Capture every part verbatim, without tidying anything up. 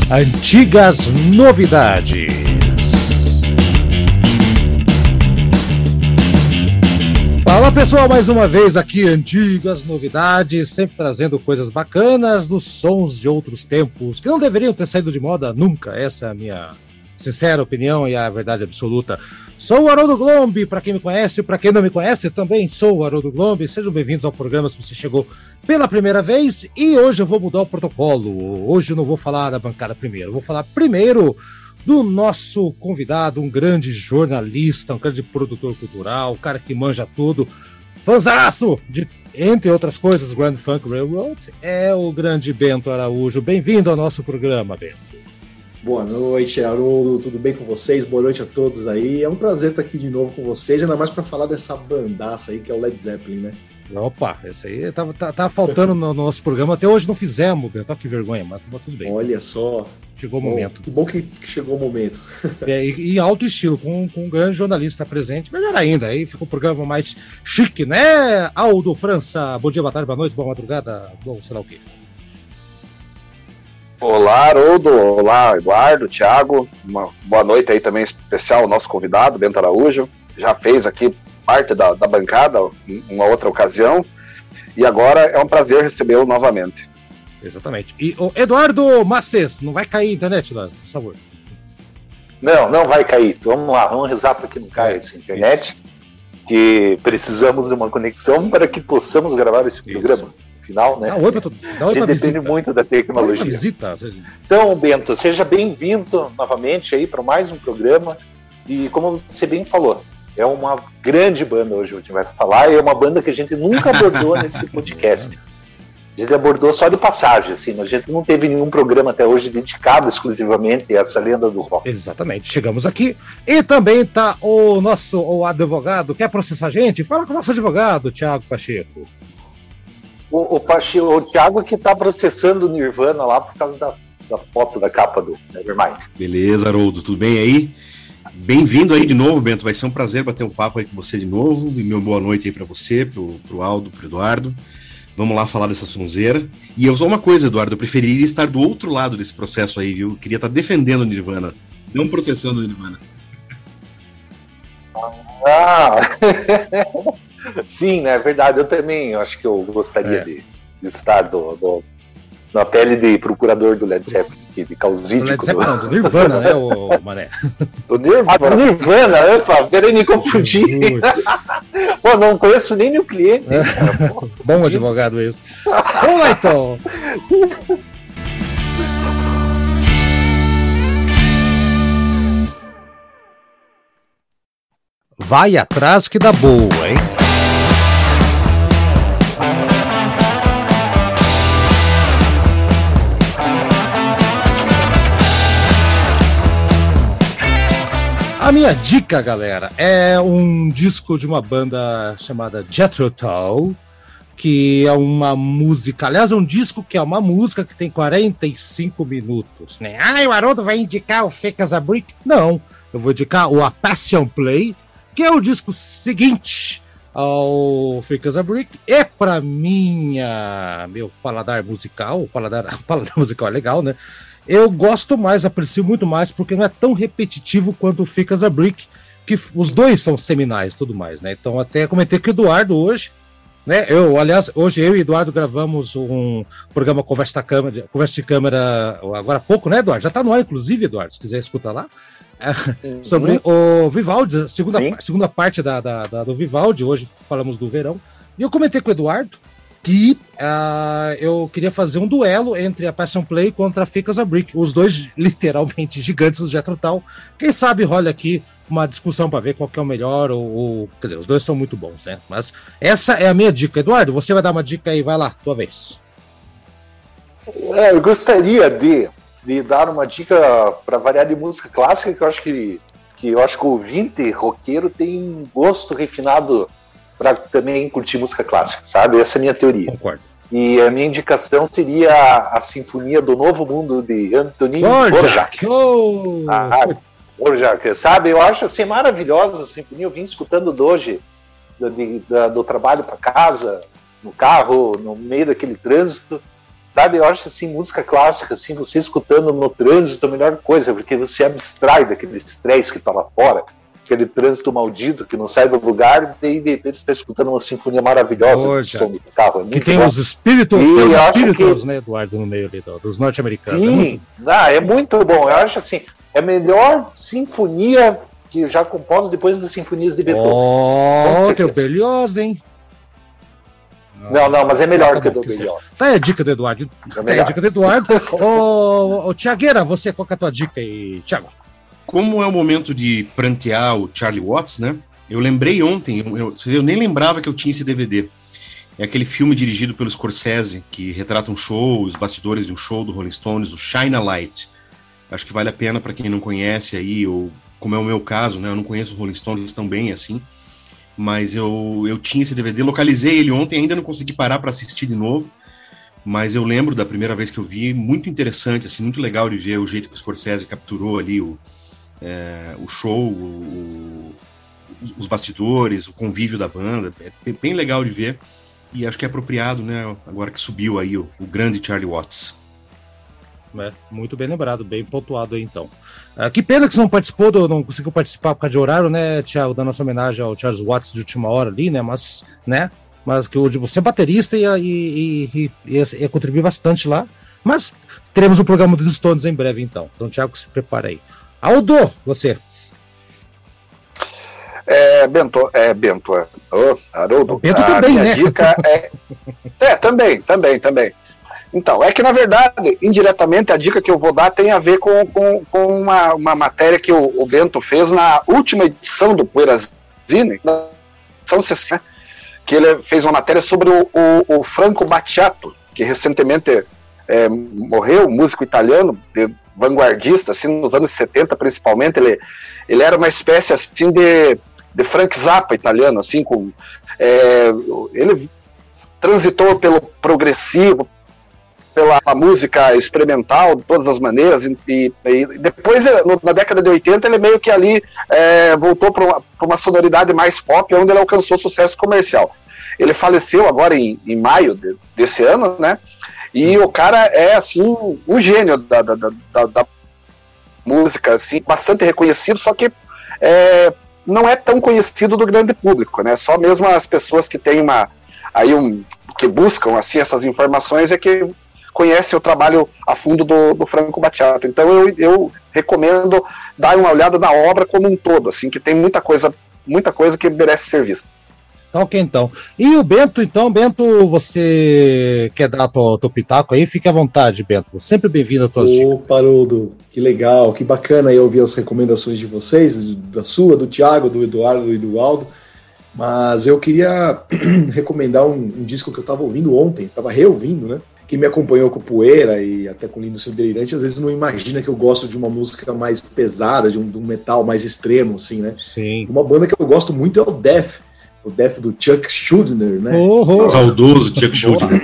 Antigas Novidades. Fala pessoal, mais uma vez aqui, Antigas Novidades, sempre trazendo coisas bacanas dos sons de outros tempos, que não deveriam ter saído de moda nunca, essa é a minha sincera opinião e a verdade absoluta. Sou o Haroldo Glombi, para quem me conhece, para quem não me conhece, também sou o Haroldo Glombi, sejam bem-vindos ao programa se você chegou pela primeira vez, e hoje eu vou mudar o protocolo, hoje eu não vou falar da bancada primeiro, eu vou falar primeiro do nosso convidado, um grande jornalista, um grande produtor cultural, um cara que manja tudo, fãzaço de, entre outras coisas, Grand Funk Railroad, é o grande Bento Araújo. Bem-vindo ao nosso programa, Bento. Boa noite, Haroldo, tudo bem com vocês? Boa noite a todos aí, é um prazer estar aqui de novo com vocês, ainda mais para falar dessa bandaça aí que é o Led Zeppelin, né? Opa, esse aí tava, tava, tava faltando no, no nosso programa, até hoje não fizemos, Bento, que vergonha, mas tudo bem. Olha só. Chegou o momento. Que bom que chegou o momento. É, e, e alto estilo, com, com um grande jornalista presente, melhor ainda, aí ficou um programa mais chique, né? Aldo França, bom dia, boa tarde, boa noite, boa madrugada, bom sei lá o quê. Olá, Haroldo, olá, Eduardo, Thiago, uma boa noite aí também especial ao nosso convidado, Bento Araújo, já fez aqui parte da, da bancada em uma outra ocasião, e agora é um prazer recebê-lo novamente. Exatamente. E o Eduardo Macês, não vai cair a internet, Eduardo, por favor. Não, não vai cair. Vamos lá, vamos rezar para que não caia essa internet, isso. Que precisamos de uma conexão para que possamos gravar esse isso. programa. Final, né? Dá oi pra tu, dá oi pra depende visita. muito da tecnologia. Visita, seja... Então, Bento, seja bem-vindo novamente aí para mais um programa. E como você bem falou, é uma grande banda hoje, a gente vai falar, e é uma banda que a gente nunca abordou nesse podcast. A gente abordou só de passagem, assim, a gente não teve nenhum programa até hoje dedicado exclusivamente a essa lenda do rock. Exatamente, chegamos aqui. E também tá o nosso o advogado, quer processar a gente? Fala com o nosso advogado, Thiago Pacheco. O, o, Pacheco, o Thiago que tá processando o Nirvana lá por causa da, da foto da capa do Nevermind. Beleza, Haroldo, tudo bem aí? Bem-vindo aí de novo, Bento, vai ser um prazer bater um papo aí com você de novo, e meu boa noite aí pra você, pro, pro Aldo, pro Eduardo. Vamos lá falar dessa sonzeira. E eu só uma coisa, Eduardo, eu preferiria estar do outro lado desse processo aí, viu? Eu queria estar defendendo o Nirvana, não processando o Nirvana. Ah! Sim, né, é verdade, eu também acho que eu gostaria é. de, de estar do, do, na pele de procurador do Led Zeppelin, de causídico. Do Led Zeppelin, do... não, do Nirvana, né, o Mané? Do Nirvana, ah, do Nirvana, opa, peraí, me confundi. Pô, não conheço nem meu cliente. É. Cara, pô, bom advogado esse. Vamos lá, então. Vai atrás que dá boa, hein? A minha dica, galera, é um disco de uma banda chamada Jethro Tull, que é uma música, aliás, é um disco que é uma música que tem quarenta e cinco minutos, né? Ah, o Haroldo vai indicar o Fake as a Brick? Não, eu vou indicar o A Passion Play, que é o disco seguinte ao Fake as a Brick, e pra minha, meu paladar musical, o paladar, o paladar musical é legal, né? Eu gosto mais, aprecio muito mais, porque não é tão repetitivo quanto o Fake as a Brick, que os dois são seminais e tudo mais, né? Então até comentei com o Eduardo hoje, né? Eu, aliás, hoje eu e o Eduardo gravamos um programa Conversa de Câmara, Conversa de Câmara agora há pouco, né, Eduardo? Já tá no ar, inclusive, Eduardo, se quiser escutar lá. Uhum. Sobre o Vivaldi, segunda, segunda parte da, da, da, do Vivaldi, hoje falamos do verão. E eu comentei com o Eduardo que uh, eu queria fazer um duelo entre a Passion Play contra a Fake as a Brick, os dois literalmente gigantes do Jethro Tull. Quem sabe rola aqui uma discussão para ver qual que é o melhor, ou, ou, quer dizer, os dois são muito bons, né? Mas essa é a minha dica. Eduardo, você vai dar uma dica aí, vai lá, tua vez. É, eu gostaria de, de dar uma dica para variar de música clássica, que eu acho que, que eu acho que o ouvinte roqueiro tem gosto refinado para também curtir música clássica, sabe? Essa é a minha teoria. Concordo. E a minha indicação seria a Sinfonia do Novo Mundo de Antonin Dvorak. Oh! Ah, Dvorak, sabe? Eu acho assim maravilhosa a sinfonia. Eu vim escutando hoje do, de, da, do trabalho para casa, no carro, no meio daquele trânsito. sabe, eu acho assim, música clássica, assim, você escutando no trânsito é a melhor coisa, porque você abstrai daquele estresse que tá lá fora, aquele trânsito maldito que não sai do lugar, e de repente você está escutando uma sinfonia maravilhosa oh, do som do carro. É que tem bom. Os espíritos, os espíritos, que... né, Eduardo, no meio ali, dos norte-americanos. Sim, é muito... Ah, é muito bom. Eu acho assim, é a melhor sinfonia que já composta depois das sinfonias de Beethoven. Oh, teu Berlioz, hein? Não, não, mas é melhor ah, tá que o do Berlioz. Tá aí a dica do Eduardo. É tá aí a dica do Eduardo. Ô, ô, Tiagueira, você, qual que é a tua dica aí, Thiago? Como é o momento de prantear o Charlie Watts, né? Eu lembrei ontem, eu, eu, eu nem lembrava que eu tinha esse D V D. É aquele filme dirigido pelo Scorsese, que retrata um show, os bastidores de um show do Rolling Stones, o Shine a Light. Acho que vale a pena para quem não conhece aí, ou como é o meu caso, né? Eu não conheço o Rolling Stones tão bem assim, mas eu, eu tinha esse D V D, localizei ele ontem, ainda não consegui parar para assistir de novo, mas eu lembro da primeira vez que eu vi, muito interessante, assim, muito legal de ver o jeito que o Scorsese capturou ali o É, o show, o, o, os bastidores, o convívio da banda, é bem legal de ver e acho que é apropriado, né, agora que subiu aí o, o grande Charlie Watts. É, muito bem lembrado, bem pontuado aí então. Ah, que pena que você não participou, do, não conseguiu participar por causa de horário, né, Thiago, da nossa homenagem ao Charles Watts de última hora ali, né, mas, né, mas que você é baterista e ia, e, e, ia, ia contribuir bastante lá, mas teremos um programa dos Stones em breve então, então Thiago, se prepara aí. Aldo, você. É, Bento, é, Bento, é, oh, Haroldo, Bento a também, minha né? dica é, é, também, também, também. Então, é que na verdade, indiretamente, a dica que eu vou dar tem a ver com, com, com uma, uma matéria que o, o Bento fez na última edição do Poeirazine, na edição sessenta, que ele fez uma matéria sobre o, o, o Franco Battiato, que recentemente é, morreu, músico italiano, de, vanguardista, assim, nos anos setenta principalmente, ele, ele era uma espécie assim de, de Frank Zappa italiano, assim, com, é, ele transitou pelo progressivo, pela música experimental, de todas as maneiras, e, e depois, no, na década de oitenta, ele meio que ali é, voltou para uma, uma sonoridade mais pop, onde ele alcançou sucesso comercial. Ele faleceu agora em, em maio de, desse ano, né? E o cara é, assim, um gênio da, da, da, da música, assim, bastante reconhecido, só que é, não é tão conhecido do grande público, né? Só mesmo as pessoas que têm uma, aí um, que buscam, assim, essas informações é que conhecem o trabalho a fundo do, do Franco Battiato. Então eu, eu recomendo dar uma olhada na obra como um todo, assim, que tem muita coisa, muita coisa que merece ser vista. Ok, então. E o Bento, então, Bento, você quer dar o teu pitaco aí? Fique à vontade, Bento. Sempre bem-vindo às tuas dicas. Ô, Haroldo, que legal, que bacana aí ouvir as recomendações de vocês, da sua, do Thiago, do Eduardo e do Aldo. Mas eu queria recomendar um, um disco que eu estava ouvindo ontem, estava reouvindo, né? Quem me acompanhou com Poeira e até com Lindo Seu Delirante, às vezes não imagina que eu gosto de uma música mais pesada, de um, de um metal mais extremo, assim, né? Sim. Uma banda que eu gosto muito é o Death. O Death do Chuck Schuldiner, né? Oh, oh. Saudoso Chuck Schuldiner.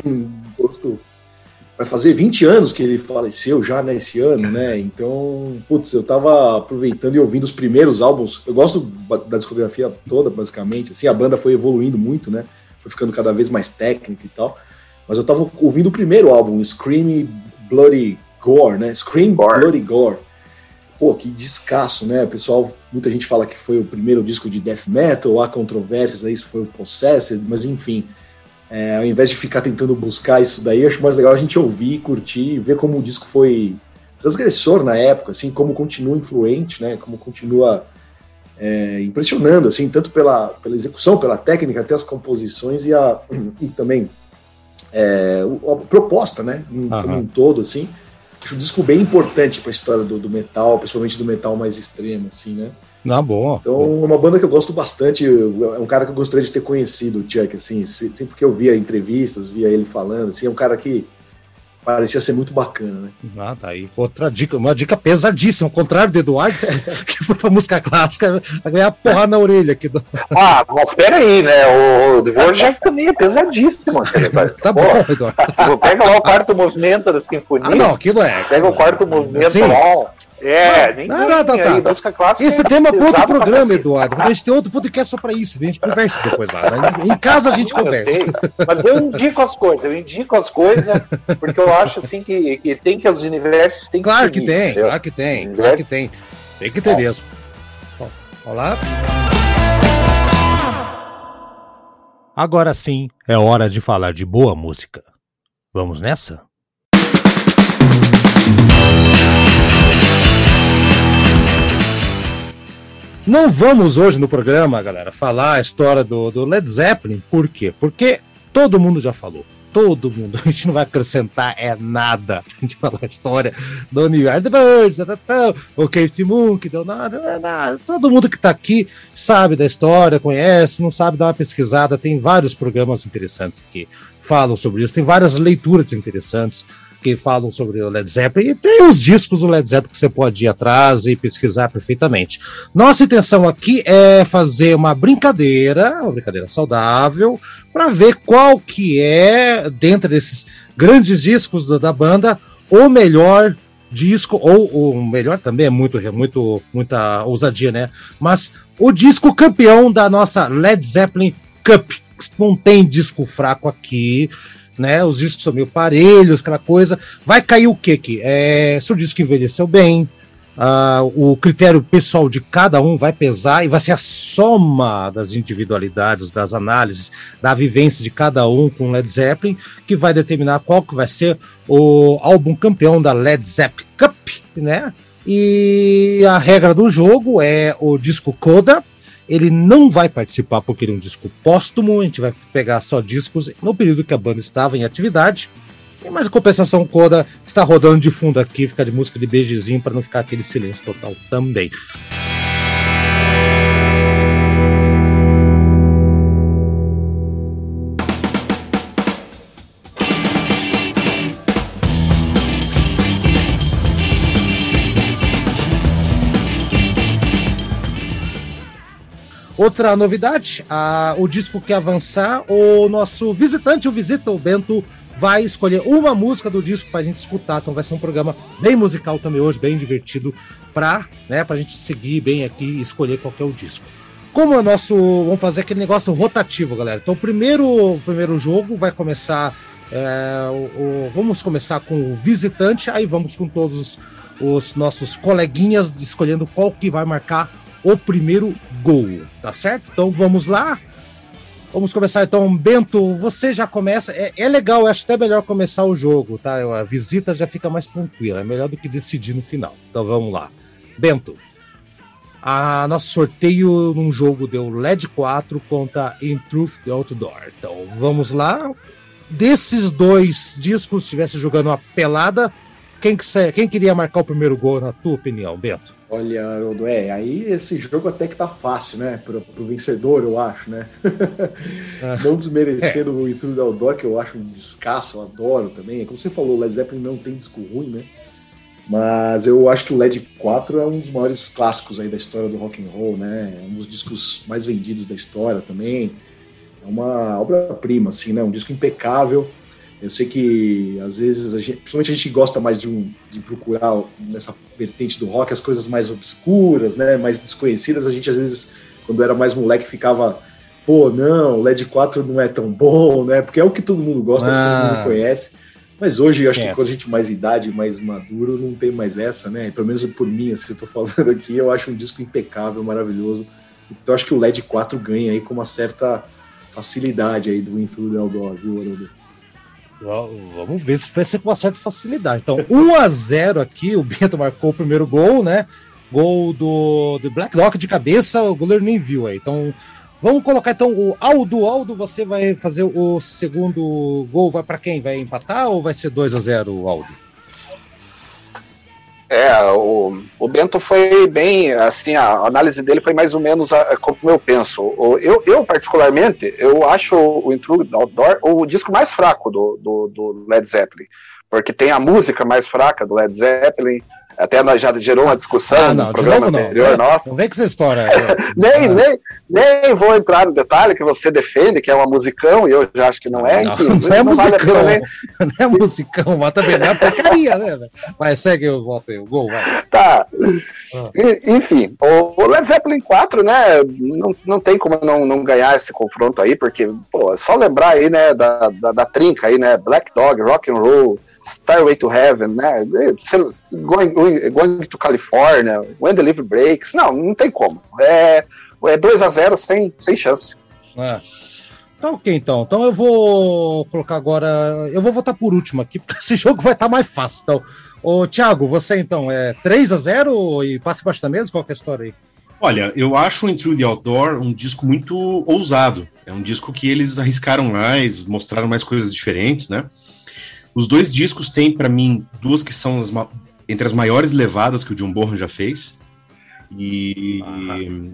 Vai fazer vinte anos que ele faleceu já, né, esse ano, né? Então, putz, eu tava aproveitando e ouvindo os primeiros álbuns. Eu gosto da discografia toda, basicamente. Assim, a banda foi evoluindo muito, né? Foi ficando cada vez mais técnica e tal. Mas eu tava ouvindo o primeiro álbum, Scream Bloody Gore, né? Scream Gore. Bloody Gore. Pô, que descasso, né? Pessoal, muita gente fala que foi o primeiro disco de death metal, há controvérsias aí se foi o Possessed, mas enfim, é, ao invés de ficar tentando buscar isso daí, acho mais legal a gente ouvir, curtir, ver como o disco foi transgressor na época, assim, como continua influente, né? Como continua é, impressionando, assim, tanto pela, pela execução, pela técnica, até as composições e, a, e também é, a proposta, né? Como um, um todo, assim. Acho um disco bem importante para a história do, do metal, principalmente do metal mais extremo, assim, né? Ah, bom. Então, bom. É uma banda que eu gosto bastante, é um cara que eu gostaria de ter conhecido, o Chuck, assim, sempre que eu via entrevistas, via ele falando, assim, é um cara que parecia ser muito bacana, né? Ah, tá aí. Outra dica, uma dica pesadíssima, ao contrário do Eduardo, que foi pra música clássica, vai ganhar porra na orelha aqui. Do... Ah, mas peraí, né? O Dvorak também é pesadíssimo. Tá bom, Eduardo. Pega lá o quarto movimento da sinfonia. Ah, não, aquilo é. Pega o quarto movimento Sim. lá. É, nem não, não, tá, tá. música clássica. Esse é tema para outro programa, Eduardo. A gente tem outro podcast só para isso. A gente conversa depois lá. Né? Em casa a gente não, conversa. Eu mas eu indico as coisas, eu indico as coisas, porque eu acho assim que, que tem que os universos tem que Claro seguir, que tem, entendeu? claro que tem, claro que tem. Tem que ter é. mesmo. Bom, olá. Agora sim é hora de falar de boa música. Vamos nessa? Não vamos hoje no programa, galera, falar a história do, do Led Zeppelin. Por quê? Porque todo mundo já falou. Todo mundo. A gente não vai acrescentar é nada. A gente falar a história do New York, The Birds, tá, tá, tá, o Kate Moon, que deu nada, não é nada. Todo mundo que tá aqui sabe da história, conhece, não sabe, dá uma pesquisada. Tem vários programas interessantes que falam sobre isso. Tem várias leituras interessantes que falam sobre o Led Zeppelin, e tem os discos do Led Zeppelin que você pode ir atrás e pesquisar perfeitamente. Nossa intenção aqui é fazer uma brincadeira, uma brincadeira saudável, para ver qual que é, dentro desses grandes discos da, da banda, o melhor disco, ou o melhor também é muito, muito, muita ousadia, né? Mas o disco campeão da nossa Led Zeppelin Cup. Não tem disco fraco aqui, né? Os discos são meio parelhos, aquela coisa. Vai cair o quê aqui? É, se o disco envelheceu bem, uh, o critério pessoal de cada um vai pesar e vai ser a soma das individualidades, das análises, da vivência de cada um com Led Zeppelin, que vai determinar qual que vai ser o álbum campeão da Led Zeppelin Cup, né? E a regra do jogo é o disco Coda. Ele não vai participar porque ele é um disco póstumo, a gente vai pegar só discos no período que a banda estava em atividade. Mas a compensação, Coda está rodando de fundo aqui, fica de música de beijezinho para não ficar aquele silêncio total também. Outra novidade, a, o disco que avançar, o nosso visitante, o Visita, o Bento, vai escolher uma música do disco pra gente escutar. Então vai ser um programa bem musical também hoje, bem divertido, pra, né, pra gente seguir bem aqui e escolher qual que é o disco. Como é o nosso... Vamos fazer aquele negócio rotativo, galera. Então o primeiro, o primeiro jogo vai começar... É, o, o, vamos começar com o visitante, aí vamos com todos os, os nossos coleguinhas escolhendo qual que vai marcar o primeiro gol, tá certo? Então vamos lá. Vamos começar então. Bento, você já começa. É, é legal, eu acho até melhor começar o jogo, tá? A visita já fica mais tranquila, é melhor do que decidir no final. Então vamos lá. Bento, a nosso sorteio num jogo deu Led quatro contra In Truth The Outdoor. Então vamos lá. Desses dois discos, se estivesse jogando uma pelada, quem, que, quem queria marcar o primeiro gol, na tua opinião, Bento? Olha, Haroldo, é, aí esse jogo até que tá fácil, né, pro, pro vencedor, eu acho, né, ah, não desmerecendo é. o In Truth The Outdoor, que eu acho um descasso, eu adoro também, como você falou, o Led Zeppelin não tem disco ruim, né, mas eu acho que o Led quatro é um dos maiores clássicos aí da história do rock and roll, né, é um dos discos mais vendidos da história também, é uma obra-prima, assim, né, um disco impecável. Eu sei que, às vezes, a gente, principalmente a gente gosta mais de, um, de procurar nessa vertente do rock as coisas mais obscuras, né, mais desconhecidas. A gente, às vezes, quando era mais moleque, ficava, pô, não, o Led quatro não é tão bom, né, porque é o que todo mundo gosta, ah. todo mundo conhece. Mas hoje, eu acho yes. que quando a gente mais idade, mais maduro, não tem mais essa, né, pelo menos por mim, assim, eu tô falando aqui, eu acho um disco impecável, maravilhoso. Então, acho que o Led quatro ganha aí com uma certa facilidade aí do In Truth The Outdoor, viu, Haroldo? Vamos ver se vai ser com uma certa facilidade. Então, um a zero aqui, o Bento marcou o primeiro gol, né? Gol do, do Black Rock de cabeça, o goleiro nem viu aí. Então, vamos colocar então o Aldo. Aldo, você vai fazer o segundo gol, vai para quem? Vai empatar ou vai ser dois a zero, Aldo? É, o, o Bento foi bem, assim, a análise dele foi mais ou menos a, como eu penso. O, eu, eu, particularmente, eu acho o In Truth The Outdoor o disco mais fraco do, do, do Led Zeppelin, porque tem a música mais fraca do Led Zeppelin, até nós já gerou uma discussão ah, não, no programa novo, anterior não. nosso. Não vem com essa história. nem, nem, nem vou entrar no detalhe que você defende, que é uma musicão, e eu já acho que não é. Não, enfim, não, não é não musicão, vale nem... não é musicão, mas também não é porcaria, né? Vai, segue o volta aí, o gol, vai. Tá. Ah. Enfim, o Led Zeppelin quatro, né, não, não tem como não, não ganhar esse confronto aí, porque, pô, é só lembrar aí, né, da, da, da trinca aí, né, Black Dog, Rock and Roll, Stairway to Heaven, né? Going, going to California, When the Live Breaks. Não, não tem como. É, é dois a zero sem, sem chance. É. Tá ok, então. Então eu vou colocar agora. Eu vou votar por último aqui, porque esse jogo vai estar mais fácil. Então, ô, Thiago, você então é três a zero e passa embaixo da mesa? Qual que é a história aí? Olha, eu acho o Into the Outdoor um disco muito ousado. É um disco que eles arriscaram mais, mostraram mais coisas diferentes, né? Os dois discos têm, para mim, duas que são as ma- entre as maiores levadas que o John Bonham já fez. E uhum.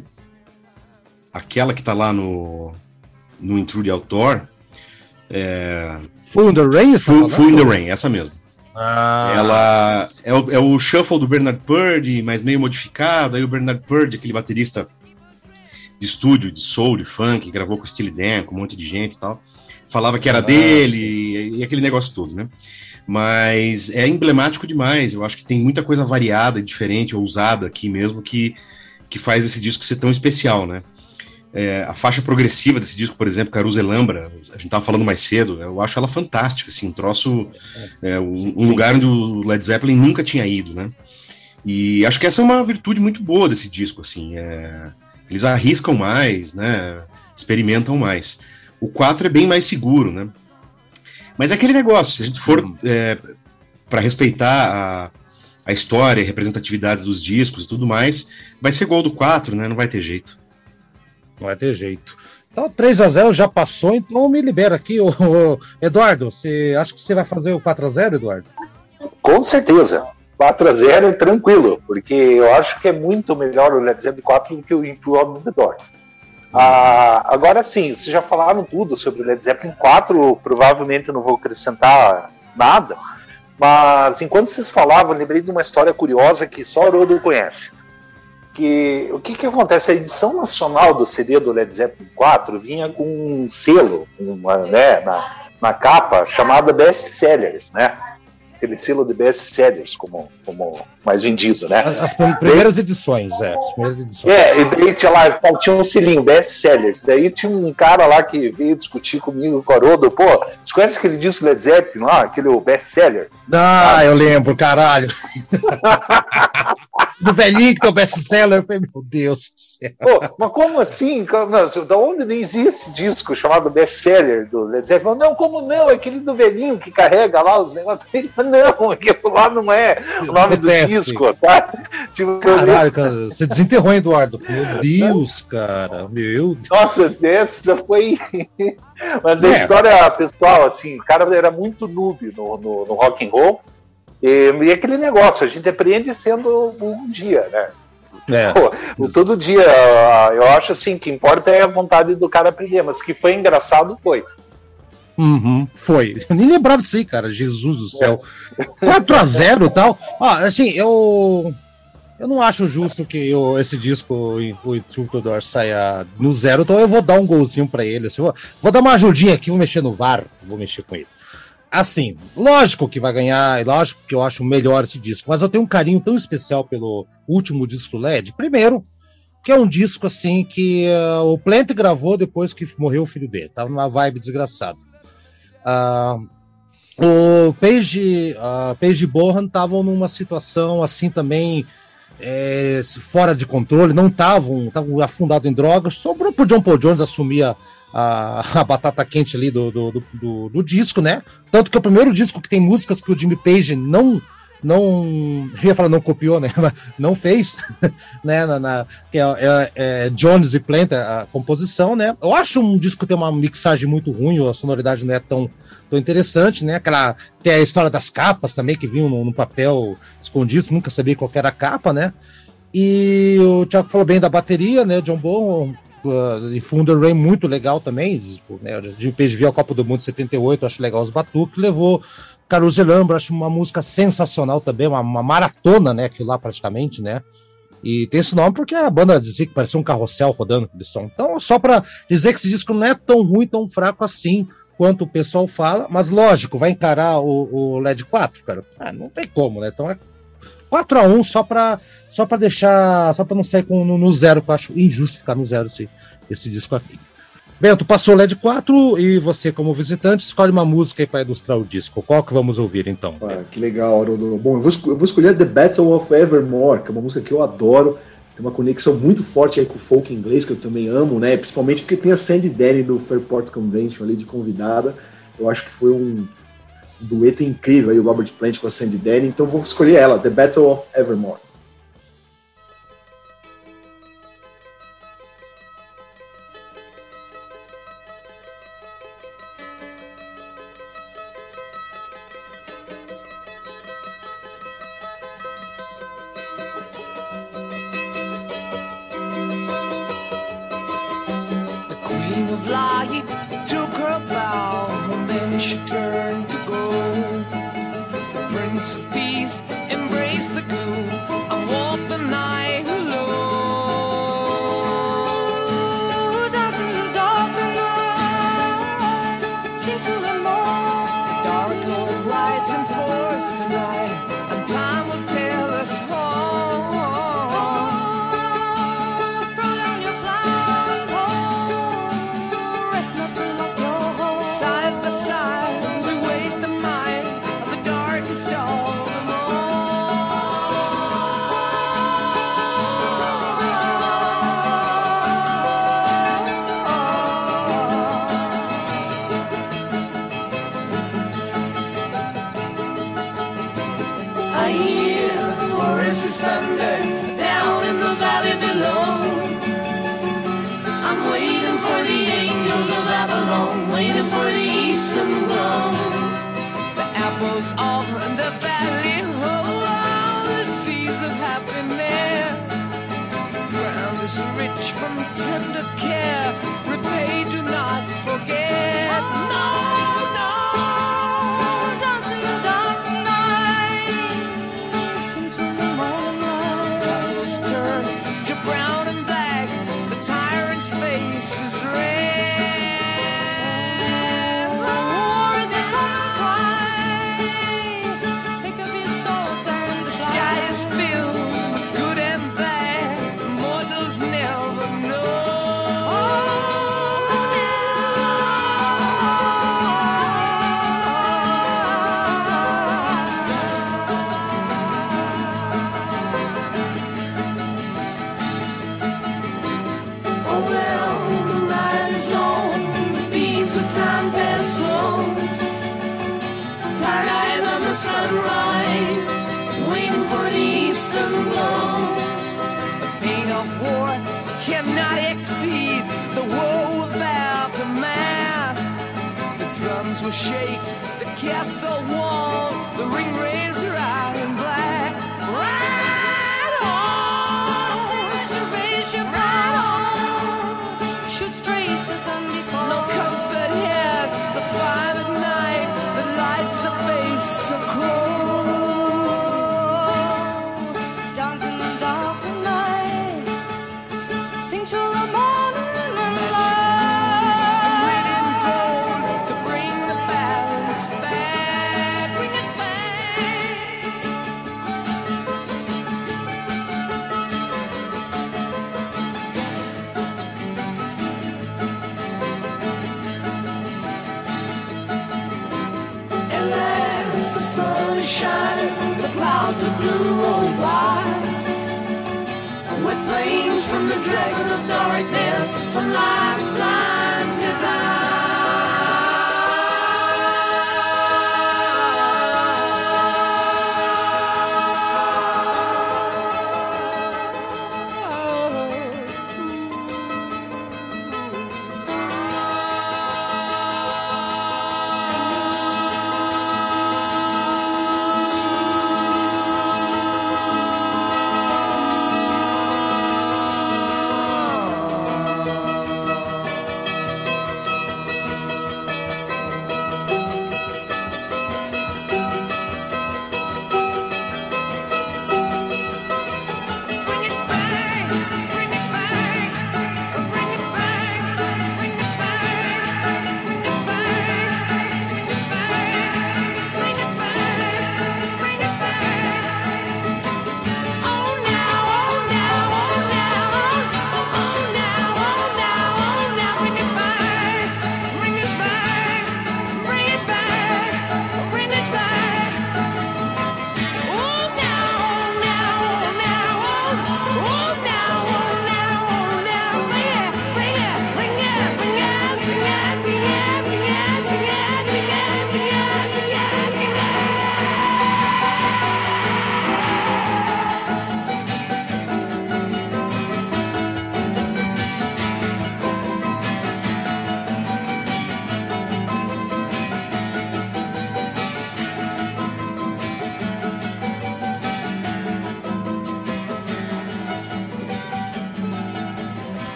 aquela que tá lá no, no Into the Outdoor... É... Full in the Rain? Full, Full in the Rain, essa mesmo. Ah, Ela é o, é o shuffle do Bernard Purdie, mas meio modificado. Aí o Bernard Purdie, aquele baterista de estúdio, de soul, de funk, gravou com o Steely Dan, com um monte de gente e tal. Falava que era ah, dele e, e aquele negócio todo, né? Mas é emblemático demais. Eu acho que tem muita coisa variada, diferente, ousada aqui mesmo, que, que faz esse disco ser tão especial, né? É, a faixa progressiva desse disco, por exemplo, Caruso e Lambra, a gente tava falando mais cedo, eu acho ela fantástica, assim, um troço, é, um, um lugar onde o Led Zeppelin nunca tinha ido, né? E acho que essa é uma virtude muito boa desse disco, assim, é, eles arriscam mais, né? Experimentam mais. O quatro é bem mais seguro, né? Mas é aquele negócio, se a gente for é, para respeitar a, a história e representatividade dos discos e tudo mais, vai ser igual ao do quatro, né? Não vai ter jeito. Não vai ter jeito. Então, três a zero já passou, então me libera aqui. Ô, ô, Eduardo, você acha que você vai fazer o quatro a zero, Eduardo? Com certeza. quatro a zero tranquilo, porque eu acho que é muito melhor o Led Zeppelin quatro do que o Into the Door. Ah, agora sim, vocês já falaram tudo sobre o Led Zeppelin quatro, provavelmente eu não vou acrescentar nada, mas enquanto vocês falavam, eu lembrei de uma história curiosa que só o Rodo conhece. Que, o que que acontece? A edição nacional do C D do Led Zeppelin quatro vinha com um selo uma, né, na, na capa chamada Best Sellers, né? Aquele selo de Best Sellers como, como mais vendido, né? As primeiras edições, é. As primeiras edições. É, e daí tinha lá, tinha um selinho, Best Sellers. Daí tinha um cara lá que veio discutir comigo, com o Haroldo. Pô, você conhece aquele disco Led Zeppelin lá? Aquele Best Seller? Ah, ah, eu lembro, caralho. Do velhinho que tem o best-seller, eu falei, meu Deus do céu. Pô, mas como assim? Não, da onde nem existe disco chamado best-seller do Led Zeppelin? Não, como não? É aquele do velhinho que carrega lá os negócios. Não, aquilo lá não é o nome Acontece. do disco, tá? Tipo, caralho, cara, você desenterrou, hein, Eduardo? Meu Deus, cara, meu Deus. Nossa, essa foi... Mas a é. história pessoal, assim, o cara era muito noob no, no, no rock and roll. E, e aquele negócio, a gente aprende sendo um dia, né? É. Pô, todo dia, eu acho assim, que importa é a vontade do cara aprender, mas que foi engraçado, foi. Uhum, foi. Eu nem lembrava disso aí, cara, Jesus do céu. É. quatro a zero e tal. Ah, assim, eu... Eu não acho justo que eu, esse disco, o Into the Door, saia no zero, então eu vou dar um golzinho pra ele. Assim, vou, vou dar uma ajudinha aqui, vou mexer no V A R, vou mexer com ele. Assim, lógico que vai ganhar, e lógico que eu acho melhor esse disco, mas eu tenho um carinho tão especial pelo último disco L E D. Primeiro, que é um disco assim que uh, o Plant gravou depois que morreu o filho dele, tava numa vibe desgraçada. Uh, o Page, uh, Page e Bonham estavam numa situação assim também é, fora de controle, não estavam afundados em drogas, sobrou pro John Paul Jones assumir a A, a batata quente ali do, do, do, do disco, né? Tanto que é o primeiro disco que tem músicas que o Jimmy Page não, não, eu ia falar não copiou, né? Não fez, né? Na, na, que é, é, é Jones e Plant, a composição, né? Eu acho um disco que tem uma mixagem muito ruim, a sonoridade não é tão, tão interessante, né? Aquela, tem a história das capas também, que vinham no, no papel escondido, nunca sabia qual era a capa, né? E o Thiago falou bem da bateria, né? John Bonham, Uh, e Full in the Rain muito legal também, né? A gente viu a Copa do Mundo em setenta e oito, acho legal os batuques, levou Caruso e Lambro, acho uma música sensacional também, uma, uma maratona, né, aquilo lá praticamente, né? E tem esse nome porque a banda dizia que parecia um carrossel rodando aquele som. Então, só para dizer que esse disco não é tão ruim, tão fraco assim quanto o pessoal fala, mas lógico, vai encarar o, o L E D quatro, cara? Ah, não tem como, né? Então é quatro a um só para só para deixar, só para não sair com, no, no zero, que eu acho injusto ficar no zero esse, esse disco aqui. Bento, passou o L E D quatro e você, como visitante, escolhe uma música aí para ilustrar o disco. Qual que vamos ouvir, então? Ah, que legal, Haroldo. Bom, eu vou, eu vou escolher The Battle of Evermore, que é uma música que eu adoro. Tem uma conexão muito forte aí com o folk inglês, que eu também amo, né? Principalmente porque tem a Sandy Denny do Fairport Convention ali de convidada. Eu acho que foi um dueto incrível aí, o Robert Plant com a Sandy Denny. Então vou escolher ela, The Battle of Evermore.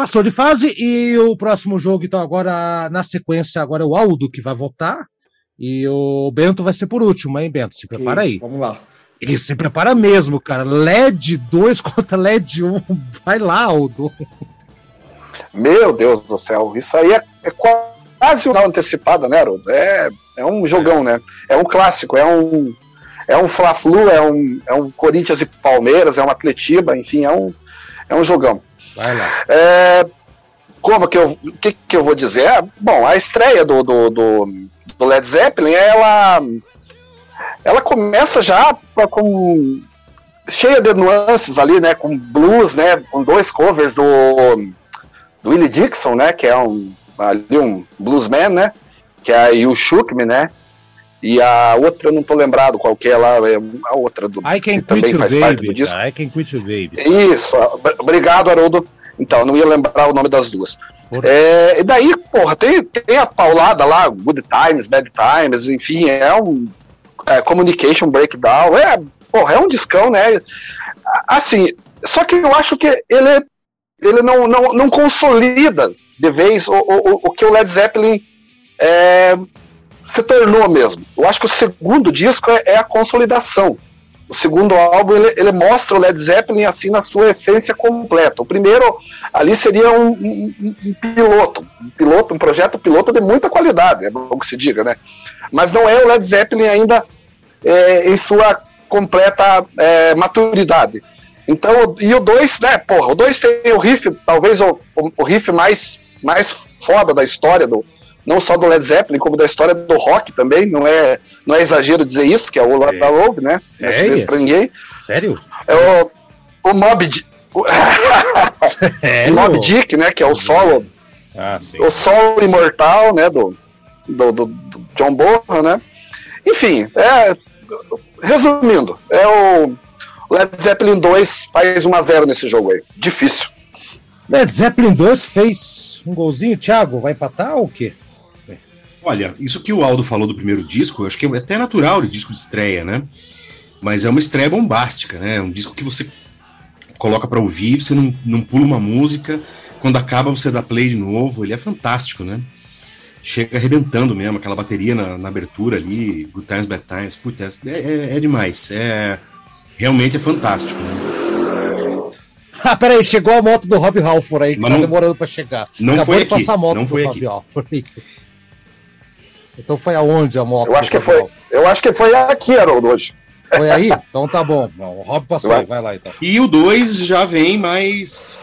Passou de fase e o próximo jogo, então, agora, na sequência, agora é o Aldo que vai votar e o Bento vai ser por último, hein, Bento? Se prepara aí. Vamos lá. E se prepara mesmo, cara. L E D dois contra L E D um. Vai lá, Aldo. Meu Deus do céu, isso aí é, é quase uma antecipada, né, Haroldo? É, é um jogão, né? É um clássico, é um, é um Fla-Flu, é um, é um Corinthians e Palmeiras, é um Atletiba, enfim, é um, é um jogão. Vai lá. É, como que eu, que, que eu vou dizer? Bom, a estreia do, do, do, do Led Zeppelin, ela, ela começa já com cheia de nuances ali, né? Com blues, né? Com dois covers do do Willie Dixon, né, que é um, ali um bluesman, né, que é a You Shook Me, né, e a outra eu não tô lembrado qual que é lá, é a outra do I Can que também Quit faz You parte Baby, do disco. I Can Quit You Baby. Isso, obrigado, Haroldo. Então, não ia lembrar o nome das duas. É, e daí, porra, tem, tem a paulada lá, Good Times, Bad Times, enfim, é um é, Communication Breakdown, é, porra, é um discão, né, assim, só que eu acho que ele é ele não, não, não consolida de vez o, o, o que o Led Zeppelin é, se tornou mesmo. Eu acho que o segundo disco é, é a consolidação. O segundo álbum, ele, ele mostra o Led Zeppelin assim na sua essência completa. O primeiro ali seria um, um, um piloto, um piloto, um projeto piloto de muita qualidade, é bom que se diga, né? Mas não é o Led Zeppelin ainda é, em sua completa é, maturidade. Então, e o dois, né, porra, o dois tem o riff, talvez o, o, o riff mais, mais foda da história, do, não só do Led Zeppelin, como da história do rock também, não é, não é exagero dizer isso, que é o Love Love, né, Sério? Pra ninguém. Sério? É o, o Mob Dick, o, o Mob Dick, né, que é o solo, ah, sim. o solo imortal, né, do, do, do, do John Bonham, né, enfim, é, resumindo, é o Led Zeppelin dois faz um a zero nesse jogo aí. Difícil. Led Zeppelin dois fez um golzinho, Thiago, vai empatar ou o quê? Olha, isso que o Aldo falou do primeiro disco, eu acho que é até natural de disco de estreia, né? Mas é uma estreia bombástica, né? Um disco que você coloca pra ouvir, você não, não pula uma música, quando acaba você dá play de novo, ele é fantástico, né? Chega arrebentando mesmo, aquela bateria na, na abertura ali, Good Times, Bad Times, putz, é, é, é demais, é... Realmente é fantástico, né? Ah, peraí, chegou a moto do Rob Halford aí, que Mas tá não, demorando pra chegar. Não Acabou foi de aqui, passar a moto não do foi Rob aqui. Halford. Então foi aonde a moto? Eu acho que foi, Halford? eu acho que foi aqui, Haroldo, hoje. Foi aí? Então tá bom. Não, o Rob passou vai. aí, vai lá então. E o dois já vem mais...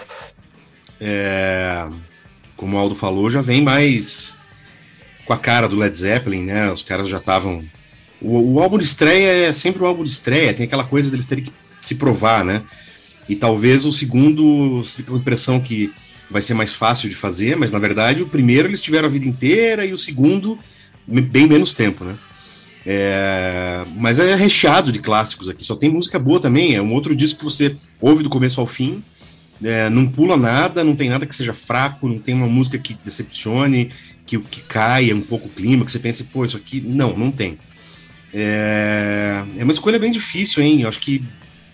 É, como o Aldo falou, já vem mais com a cara do Led Zeppelin, né? Os caras já estavam... O, o álbum de estreia é sempre um álbum de estreia, tem aquela coisa deles terem que se provar, né? E talvez o segundo, você fica com a impressão que vai ser mais fácil de fazer, mas na verdade o primeiro eles tiveram a vida inteira e o segundo bem menos tempo, né? É, mas é recheado de clássicos aqui, só tem música boa também, é um outro disco que você ouve do começo ao fim, é, não pula nada, não tem nada que seja fraco, não tem uma música que decepcione, que, que caia um pouco o clima, que você pense, pô, isso aqui... Não, não tem. É, é uma escolha bem difícil, hein? Eu acho que.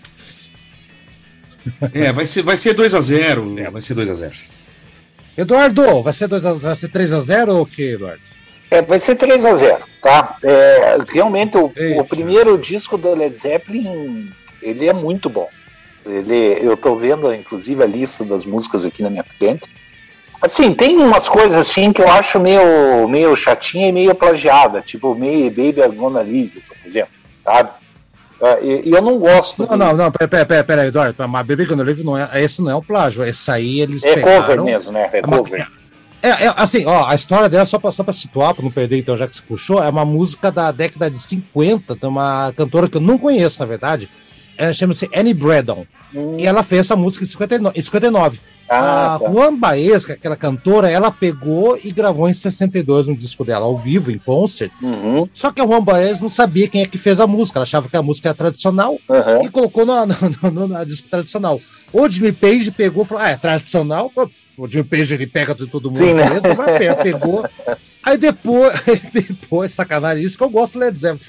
É, vai ser, vai ser dois a zero. É, vai ser dois a zero. Eduardo, vai ser, dois a zero, vai ser três a zero ou o que, Eduardo? É, vai ser três a zero, tá? É, realmente, o, o primeiro disco do Led Zeppelin, ele é muito bom. Ele, eu tô vendo, inclusive, a lista das músicas aqui na minha frente. Assim, tem umas coisas assim que eu acho meio, meio chatinha e meio plagiada, tipo meio Baby I'm Gonna Leave, por exemplo, sabe? E, e eu não gosto. Não, de... não, não, pera, pera, pera, Eduardo, mas Baby I'm Gonna Leave não é, esse não é o plágio, esse aí eles é pegaram... cover mesmo, né? É cover. É, é, assim, ó, a história dela, só pra, só pra situar, pra não perder então, já que você puxou, é uma música da década de cinquenta, de uma cantora que eu não conheço, na verdade, ela chama-se Annie Braddon, hum. e ela fez essa música em cinquenta e nove. Ah, a tá. Juan Baez, que é aquela cantora, ela pegou e gravou em sessenta e dois um disco dela, ao vivo, em concert. Uhum. Só que a Juan Baez não sabia quem é que fez a música, ela achava que a música era tradicional uhum. e colocou no, no, no, no disco tradicional. O Jimmy Page pegou e falou, ah, é tradicional? O Jimmy Page, ele pega de todo mundo, Sim, né? mesmo, mas pegou. Aí depois, depois, sacanagem, isso que eu gosto do Led Zeppelin.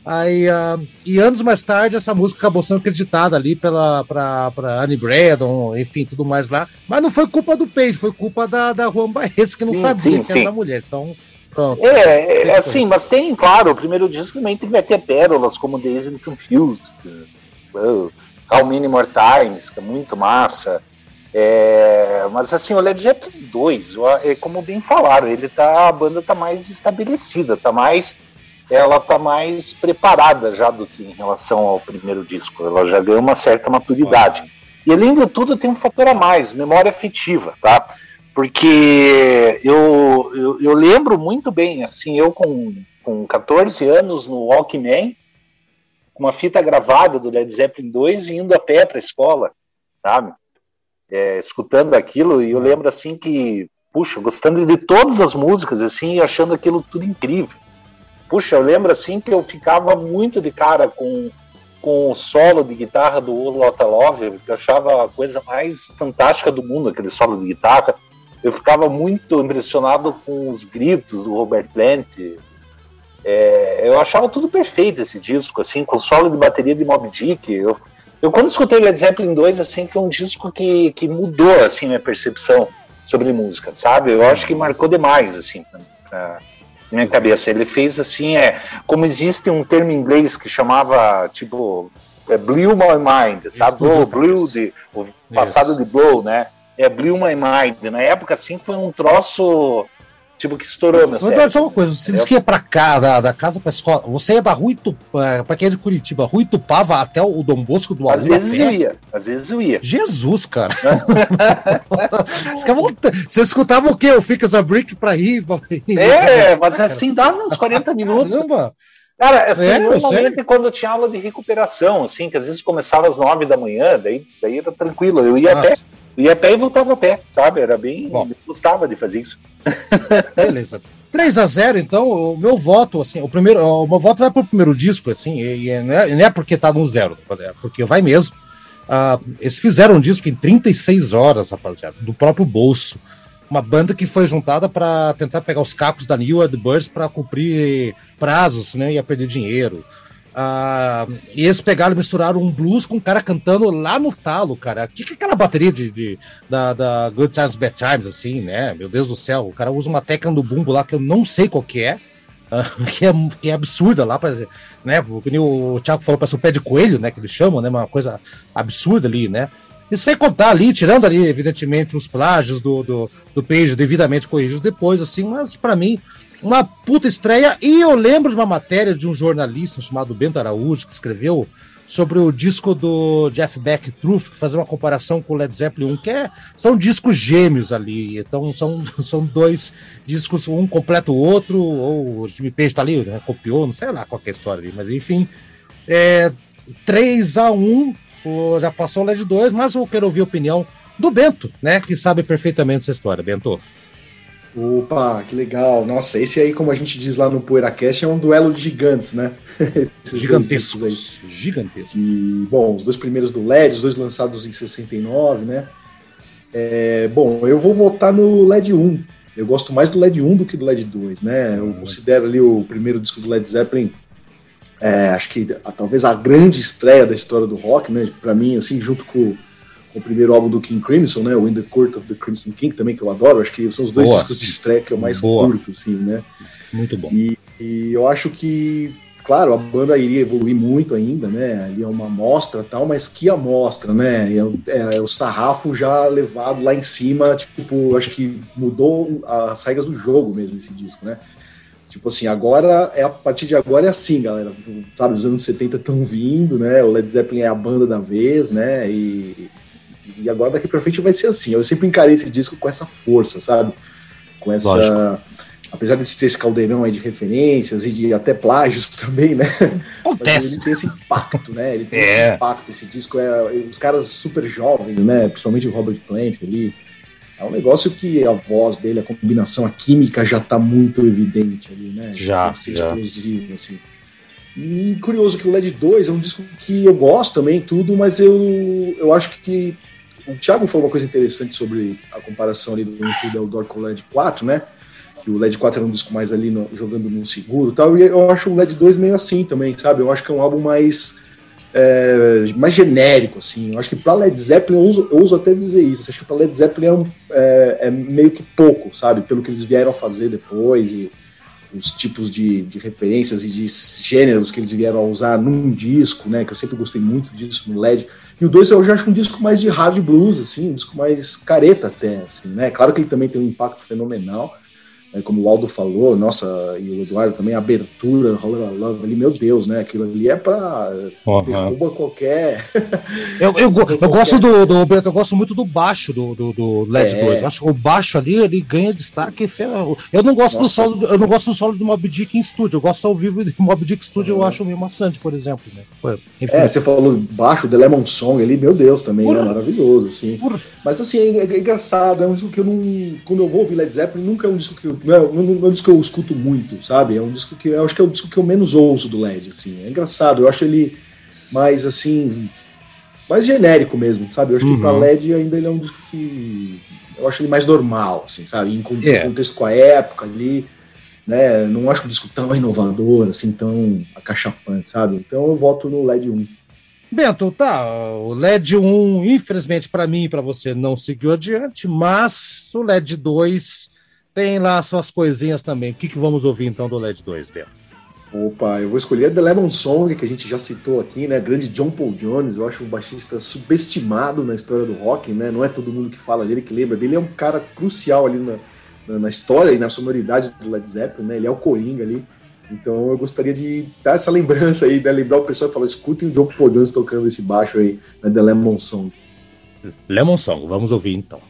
Aí, uh, e anos mais tarde, essa música acabou sendo acreditada ali pela pra, pra Annie Braddon, enfim, tudo mais lá. Mas não foi culpa do Page, foi culpa da, da Juan Baez, que não sim, sabia sim, que era sim. da mulher. Então, pronto. É, é assim, mas tem, claro, o primeiro disco também vai ter pérolas como Dazed and Confused, uh, How Many More Times, que é muito massa. É, mas assim, o Led Zeppelin dois, é como bem falaram, ele tá, a banda tá mais estabelecida, tá mais... ela tá mais preparada já do que em relação ao primeiro disco. Ela já ganhou uma certa maturidade. E além de tudo tem um fator a mais, memória afetiva, tá? Porque eu, eu, eu lembro muito bem, assim, eu com, com catorze anos no Walkman, com uma fita gravada do Led Zeppelin dois e indo a pé pra escola, sabe? É, escutando aquilo, e eu lembro assim que, puxa, gostando de todas as músicas, assim, e achando aquilo tudo incrível. Puxa, eu lembro assim que eu ficava muito de cara com, com o solo de guitarra do Lotta Love, que eu achava a coisa mais fantástica do mundo, aquele solo de guitarra. Eu ficava muito impressionado com os gritos do Robert Plant. É, eu achava tudo perfeito esse disco, assim, com o solo de bateria de Moby Dick. Eu, eu quando escutei Led Zeppelin dois, assim, foi um disco que, que mudou, assim, minha percepção sobre música, sabe? Eu acho que marcou demais, assim, pra, na minha cabeça. Ele fez assim, é como existe um termo em inglês que chamava, tipo, é, blew my mind, sabe? Blow, blew, de, o passado yes. de blow, né? É, blew my mind. Na época, assim, foi um troço, tipo, que estourou, meu cérebro. Só uma coisa, você disse que ia pra cá, da, da casa pra escola, você ia da Rua Itupava, pra quem é de Curitiba, Rua Itupava até o Dom Bosco do Às vezes eu ia, às vezes eu ia. Jesus, cara. Você escutava o quê? O Ficas a Brick pra ir? Pra ir é, mas assim, dava uns quarenta minutos. Caramba. Cara, assim, é, normalmente quando tinha aula de recuperação, assim, que às vezes começava às nove da manhã, daí, daí era tranquilo, eu ia Nossa. a pé. Ia a pé e voltava a pé, sabe? Era bem... Bom. Eu gostava de fazer isso. Beleza. três a zero, então, o meu voto, assim, o primeiro, o meu voto vai pro primeiro disco, assim, e, e não, é, não é porque tá no zero, é porque vai mesmo. Uh, eles fizeram um disco em trinta e seis horas, rapaziada, do próprio bolso. Uma banda que foi juntada para tentar pegar os capos da New Yardbirds para cumprir prazos, né, e ia perder dinheiro. Uh, e eles pegaram e misturaram um blues com um cara cantando lá no talo, cara. O que, que é aquela bateria de, de, da, da Good Times, Bad Times, assim, né? Meu Deus do céu, o cara usa uma técnica do bumbo lá que eu não sei qual que é, uh, que é, que é absurda lá, pra, né? O, o Thiago falou, parece um pé de coelho, né? Que eles chamam, né? Uma coisa absurda ali, né? E sem contar ali, tirando ali, evidentemente, os plágios do, do, do Page devidamente corrigidos depois, assim, mas pra mim, uma puta estreia. E eu lembro de uma matéria de um jornalista chamado Bento Araújo, que escreveu sobre o disco do Jeff Beck, Truth, que fazia uma comparação com o Led Zeppelin um, que é, são discos gêmeos ali, então são, são dois discos, um completa o outro, ou o Jimmy Page tá ali, né, copiou, não sei lá qual que é a história ali, mas enfim, é, três a um, já passou o Led dois, mas eu quero ouvir a opinião do Bento, né, que sabe perfeitamente essa história. Bento. Opa, que legal. Nossa, esse aí, como a gente diz lá no PoeiraCast, é um duelo de gigantes, né? Gigantescos. Gigantescos. E, bom, os dois primeiros do Led, os dois lançados em sessenta e nove, né? É, bom, eu vou votar no Led um. Eu gosto mais do Led um do que do Led dois, né? Eu considero ali o primeiro disco do Led Zeppelin, é, acho que a, talvez a grande estreia da história do rock, né? Pra mim, assim, junto com com o primeiro álbum do King Crimson, né, o In the Court of the Crimson King, também, que eu adoro, acho que são os dois Boa. discos de estreia que eu mais Boa. curto, assim, né. Muito bom. E, e eu acho que, claro, a banda iria evoluir muito ainda, né, ali é uma amostra tal, mas que amostra, né, é, é o sarrafo já levado lá em cima, tipo, acho que mudou as regras do jogo mesmo esse disco, né. Tipo assim, agora, é a partir de agora é assim, galera, sabe, os anos setenta estão vindo, né, o Led Zeppelin é a banda da vez, né, e... E agora daqui pra frente vai ser assim. Eu sempre encarei esse disco com essa força, sabe? Com essa... Lógico. Apesar de ser esse caldeirão aí de referências e de até plágios também, né? Acontece. Ele tem esse impacto, né? Ele tem é. esse impacto. Esse disco é... Os caras super jovens, né? Principalmente o Robert Plant ali. É um negócio que a voz dele, a combinação, a química já tá muito evidente ali, né? Já, assim, já. Explosivo, assim. E curioso que o Led dois é um disco que eu gosto também, tudo, mas eu, eu acho que o Thiago falou uma coisa interessante sobre a comparação ali do Into the Door com o Led quatro, né? que o L E D quatro era um disco mais ali no, jogando no seguro e tal, e eu acho o L E D dois meio assim também, sabe? Eu acho que é um álbum mais, é, mais genérico, assim. Eu acho que pra Led Zeppelin, eu uso, eu uso até dizer isso, eu acho que pra Led Zeppelin é, um, é, é meio que pouco, sabe? Pelo que eles vieram a fazer depois e os tipos de, de referências e de gêneros que eles vieram a usar num disco, né? Que eu sempre gostei muito disso no L E D. E o dois eu já acho um disco mais de hard blues, assim, um disco mais careta até, assim, né? Claro que ele também tem um impacto fenomenal, né? Como o Aldo falou, nossa, e o Eduardo também, a abertura, Roller Love ali, meu Deus, né? Aquilo ali é pra uhum. derruba qualquer... eu, eu, eu, qualquer... eu gosto do, do eu gosto muito do baixo do, do, do L E D é. dois. Eu acho que o baixo ali, ele ganha destaque. Eu não gosto nossa. do solo, eu não gosto do solo do Mobb Dick em estúdio, eu gosto ao vivo do Mobb Dick Studio, uhum. eu acho meio maçante, por exemplo, né? Enfim. É, você falou baixo, The Lemon Song ali, meu Deus, também é né? maravilhoso, assim. Por... Mas assim, é, é engraçado, é um disco que eu não... Quando eu vou ouvir Led Zeppelin, nunca é um disco que eu... Não é, não, não é um disco que eu escuto muito, sabe? É um disco que eu acho que é o disco que eu menos ouço do L E D, assim. É engraçado, eu acho ele mais, assim, mais genérico mesmo, sabe? Eu acho uhum. que pra L E D ainda ele é um disco que... Eu acho ele mais normal, assim, sabe? Em yeah. contexto com a época ali, né? Não acho um disco tão inovador, assim, tão acachapante, sabe? Então eu voto no L E D um. Bento, tá, o L E D um, infelizmente para mim e para você, não seguiu adiante, mas o L E D dois... tem lá suas coisinhas também. O que, que vamos ouvir então do L E D dois, Bento? Opa, eu vou escolher a The Lemon Song, que a gente já citou aqui, né? Grande John Paul Jones, eu acho um baixista subestimado na história do rock, né? Não é todo mundo que fala dele, que lembra dele, é um cara crucial ali na, na, na história e na sonoridade do Led Zeppelin, né? Ele é o Coringa ali. Então eu gostaria de dar essa lembrança aí, né? Lembrar o pessoal e falar, escutem o John Paul Jones tocando esse baixo aí, na The Lemon Song. Lemon Song, vamos ouvir então.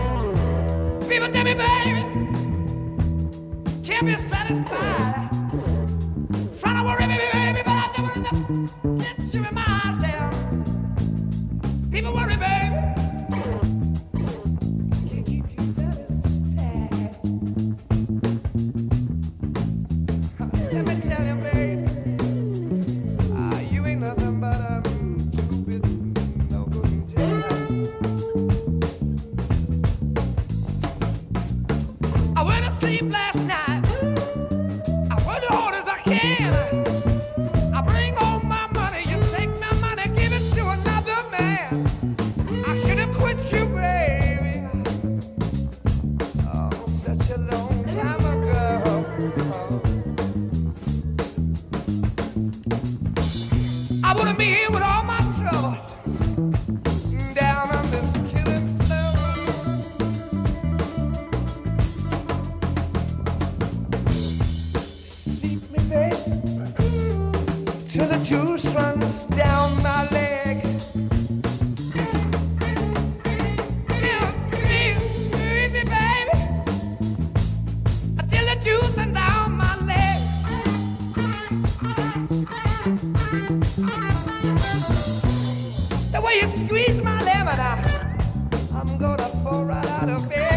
Can't be satisfied till the juice runs down my leg. Squeeze me, baby, till the juice runs down my leg. The way you squeeze my lemon out, I'm gonna fall right out of bed.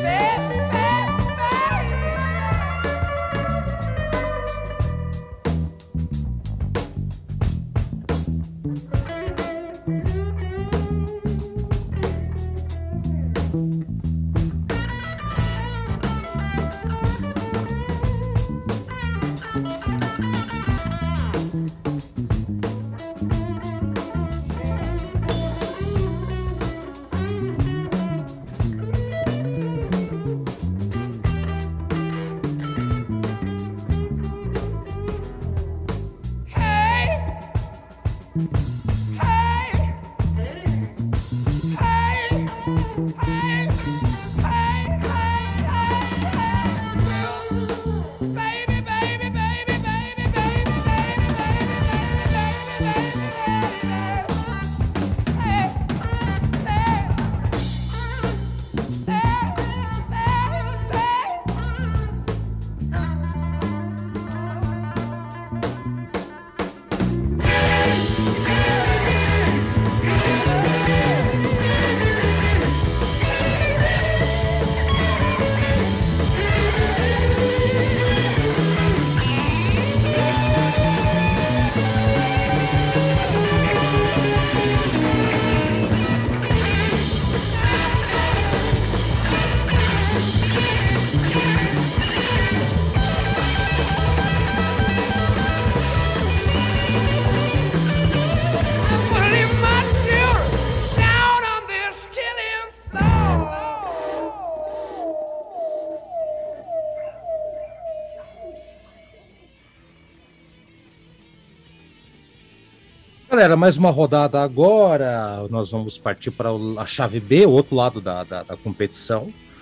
Galera, mais uma rodada agora, nós vamos partir para a chave B, o outro lado da, da, da competição.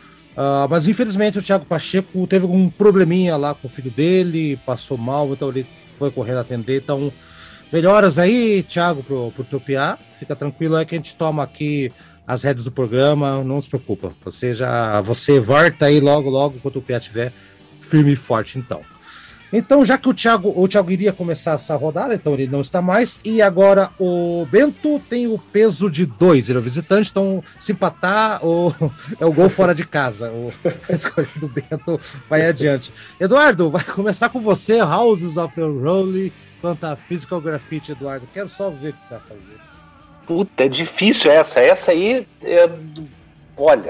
Uh, mas infelizmente o Thiago Pacheco teve algum probleminha lá com o filho dele, passou mal, então ele foi correndo atender. Então, melhoras aí, Thiago, pro, pro Tupiá. Fica tranquilo, é que a gente toma aqui as rédeas do programa, não se preocupa. Você já, você volta aí logo, logo, quando o Tupiá estiver firme e forte, então. Então, já que o Thiago, o Thiago iria começar essa rodada, então ele não está mais, e agora o Bento tem o peso de dois, ele é o visitante, então se empatar, o, é o gol fora de casa, o, a escolha do Bento vai adiante. Eduardo, vai começar com você, Houses of the Holy, quanto a Physical Graffiti, Eduardo, quero só ver o que você vai fazer. Puta, é difícil essa, essa aí, é... olha...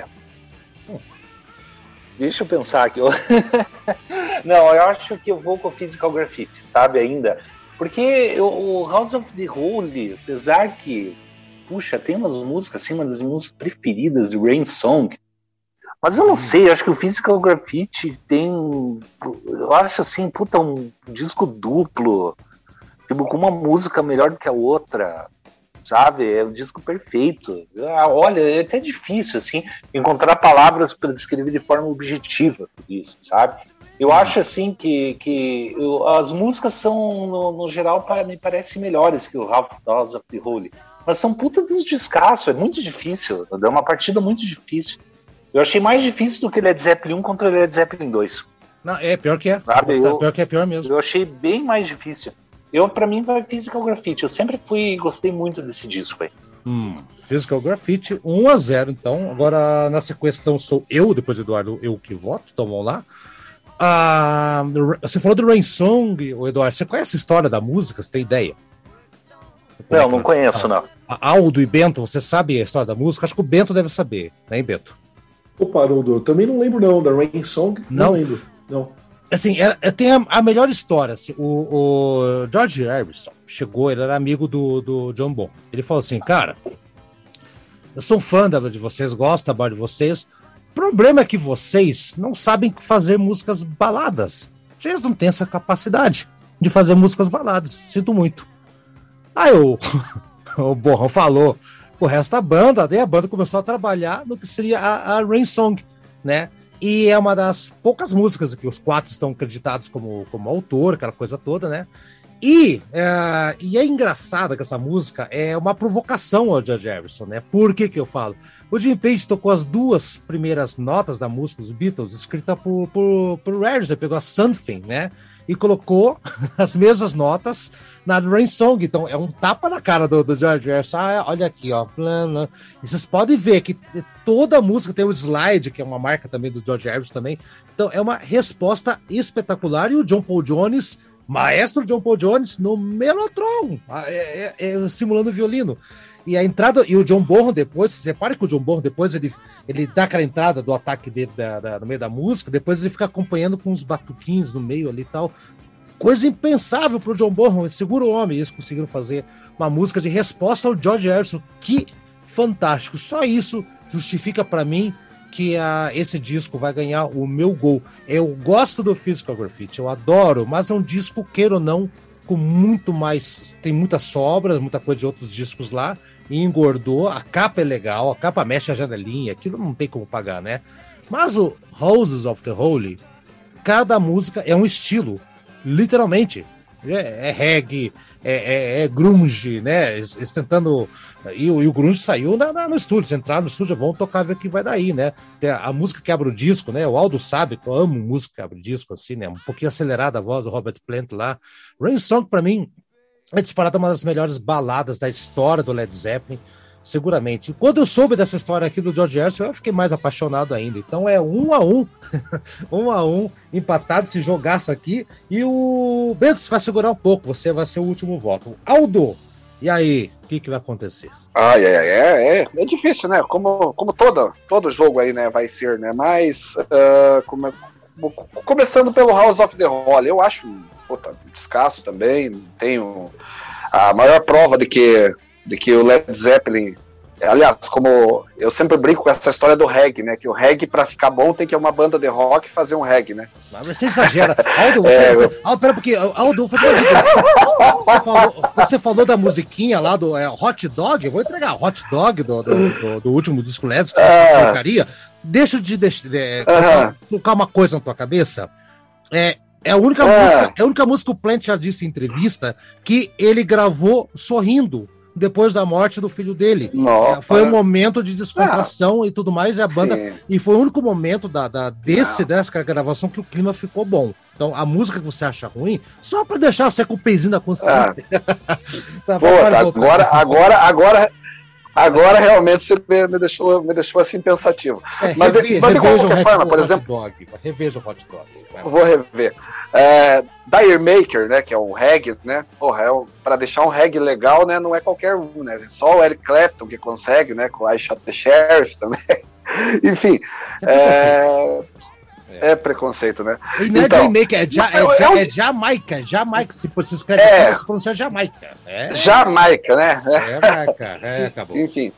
Deixa eu pensar aqui. Não, eu acho que eu vou com o Physical Graffiti, sabe, ainda. Porque eu, o House of the Holy, apesar que, puxa, tem umas músicas, assim, uma das minhas músicas preferidas, de Rain Song. Mas eu não sei, eu acho que o Physical Graffiti tem, eu acho assim, puta, um disco duplo, tipo, com uma música melhor do que a outra. Sabe, é um disco perfeito. Ah, olha, é até difícil, assim, encontrar palavras para descrever de forma objetiva isso, sabe? Eu hum. acho, assim, que, que eu, as músicas são, no, no geral, para, me parecem melhores que o House of the Holy. Mas são puta dos descassos, é muito difícil, é uma partida muito difícil. Eu achei mais difícil do que Led Zeppelin um contra Led Zeppelin dois. Não, é pior que é. Sabe? Eu, pior que é pior mesmo. Eu achei bem mais difícil. Eu, pra mim, vai Physical Graffiti. Eu sempre fui gostei muito desse disco aí. Hum, Physical Graffiti, um a zero, então. Agora, na sequência, então, sou eu, depois Eduardo, eu que voto. Então, vamos lá. Ah, você falou do Rain Song, Eduardo. Você conhece a história da música? Você tem ideia? Não, é não conheço, não. Aldo e Bento, você sabe a história da música? Acho que o Bento deve saber, né, Bento? Opa, Haroldo, eu também não lembro, não. Da Rain Song, não, não lembro. Não. Assim, é, é, tem a, a melhor história. Assim, o, o George Harrison chegou, ele era amigo do, do John Bon. Ele falou assim, cara, eu sou um fã da, de vocês, gosto da banda de vocês. O problema é que vocês não sabem fazer músicas baladas. Vocês não têm essa capacidade de fazer músicas baladas. Sinto muito. Aí o, o Borrão falou o resto da banda, daí a banda começou a trabalhar no que seria a, a Rain Song, né? E é uma das poucas músicas que os quatro estão acreditados como, como autor, aquela coisa toda, né? E é, e é engraçado que essa música é uma provocação ao George Harrison, né? Por que que eu falo? O Jimmy Page tocou as duas primeiras notas da música dos Beatles, escrita por, por, por Harrison, ele pegou a Something, né? E colocou as mesmas notas na Rain Song. Então é um tapa na cara do, do George Harrison. Ah, olha aqui, ó. E vocês podem ver que toda a música tem o slide, que é uma marca também do George Harrison também. Então é uma resposta espetacular. E o John Paul Jones, maestro John Paul Jones, no Mellotron, é, é, é, simulando o violino. E a entrada, e o John Bonham depois, você repara que o John Bonham depois ele, ele dá aquela entrada do ataque dele da, da, no meio da música, depois ele fica acompanhando com uns batuquinhos no meio ali e tal. Coisa impensável pro John Bonham, segura o homem, eles conseguiram fazer uma música de resposta ao George Harrison. Que fantástico, só isso justifica para mim que a, esse disco vai ganhar o meu gol. Eu gosto do Physical Graffiti, eu adoro, mas é um disco, queira ou não, com muito mais, tem muitas sobras, muita coisa de outros discos lá, e engordou, a capa é legal, a capa mexe a janelinha, aquilo não tem como pagar, né? Mas o Roses of the Holy, cada música é um estilo, literalmente. É, é reggae, é, é, é grunge, né? Eles, eles tentando. E, e o grunge saiu na, na, no estúdio. Se entrar no estúdio, vão tocar, ver o que vai daí, né? Tem a, a música que abre o disco, né? O Aldo sabe que eu amo música que abre o disco, assim, né? Um pouquinho acelerada a voz do Robert Plant lá. Rain Song, pra mim, é disparada uma das melhores baladas da história do Led Zeppelin, seguramente. E quando eu soube dessa história aqui do George Harrison, eu fiquei mais apaixonado ainda. Então é um a um, um a um, empatado esse jogaço aqui. E o Bento vai segurar um pouco, você vai ser o último voto. Aldo, e aí, o que, que vai acontecer? Ai, ai, ai, é, é, é difícil, né? Como, como todo, todo jogo aí, né, vai ser, né? Mas, uh, como, começando pelo House of the Holy, eu acho, puta, um descasso também. Tenho a maior prova de que de que o Led Zeppelin, aliás, como eu sempre brinco com essa história do reggae, né, que o reggae, para ficar bom, tem que ir uma banda de rock fazer um reggae, né? Mas você exagera. Aldo, você... É, você... Aldo, pera um pouquinho. Aldo, você falou, você falou da musiquinha lá do é, Hot Dog, eu vou entregar Hot Dog do, do, do, do último disco Led, que você ah. porcaria. Deixa eu te deixar, é, uh-huh. colocar uma coisa na tua cabeça. É, é, a única ah. música, é a única música que o Plant já disse em entrevista que ele gravou sorrindo depois da morte do filho dele. Nossa. Foi um momento de descontração ah, e tudo mais, e a banda. Sim. E foi o único momento da, da, desse, dessa gravação que o clima ficou bom. Então, a música que você acha ruim, só para deixar você com o pezinho da consciência. Ah. tá, Pô, tá, agora, agora, agora, agora realmente você me deixou, me deixou assim pensativo. É, mas revi, mas de qualquer forma, por exemplo. Dog, reveja o Hot Dog. Vai. Vou rever. É, Dire Maker, né, que é um reggae, né, porra, é um, pra deixar um reggae legal, né, não é qualquer um, né, só o Eric Clapton que consegue, né, com I Shot the Sheriff também, enfim, é, é, é preconceito, né. E não é então, Dire Maker, é, ja, é, é, é, é Jamaica, Jamaica, se você escreve é, assim, se pronuncia Jamaica. É, Jamaica, né. Jamaica, é, acabou. Enfim,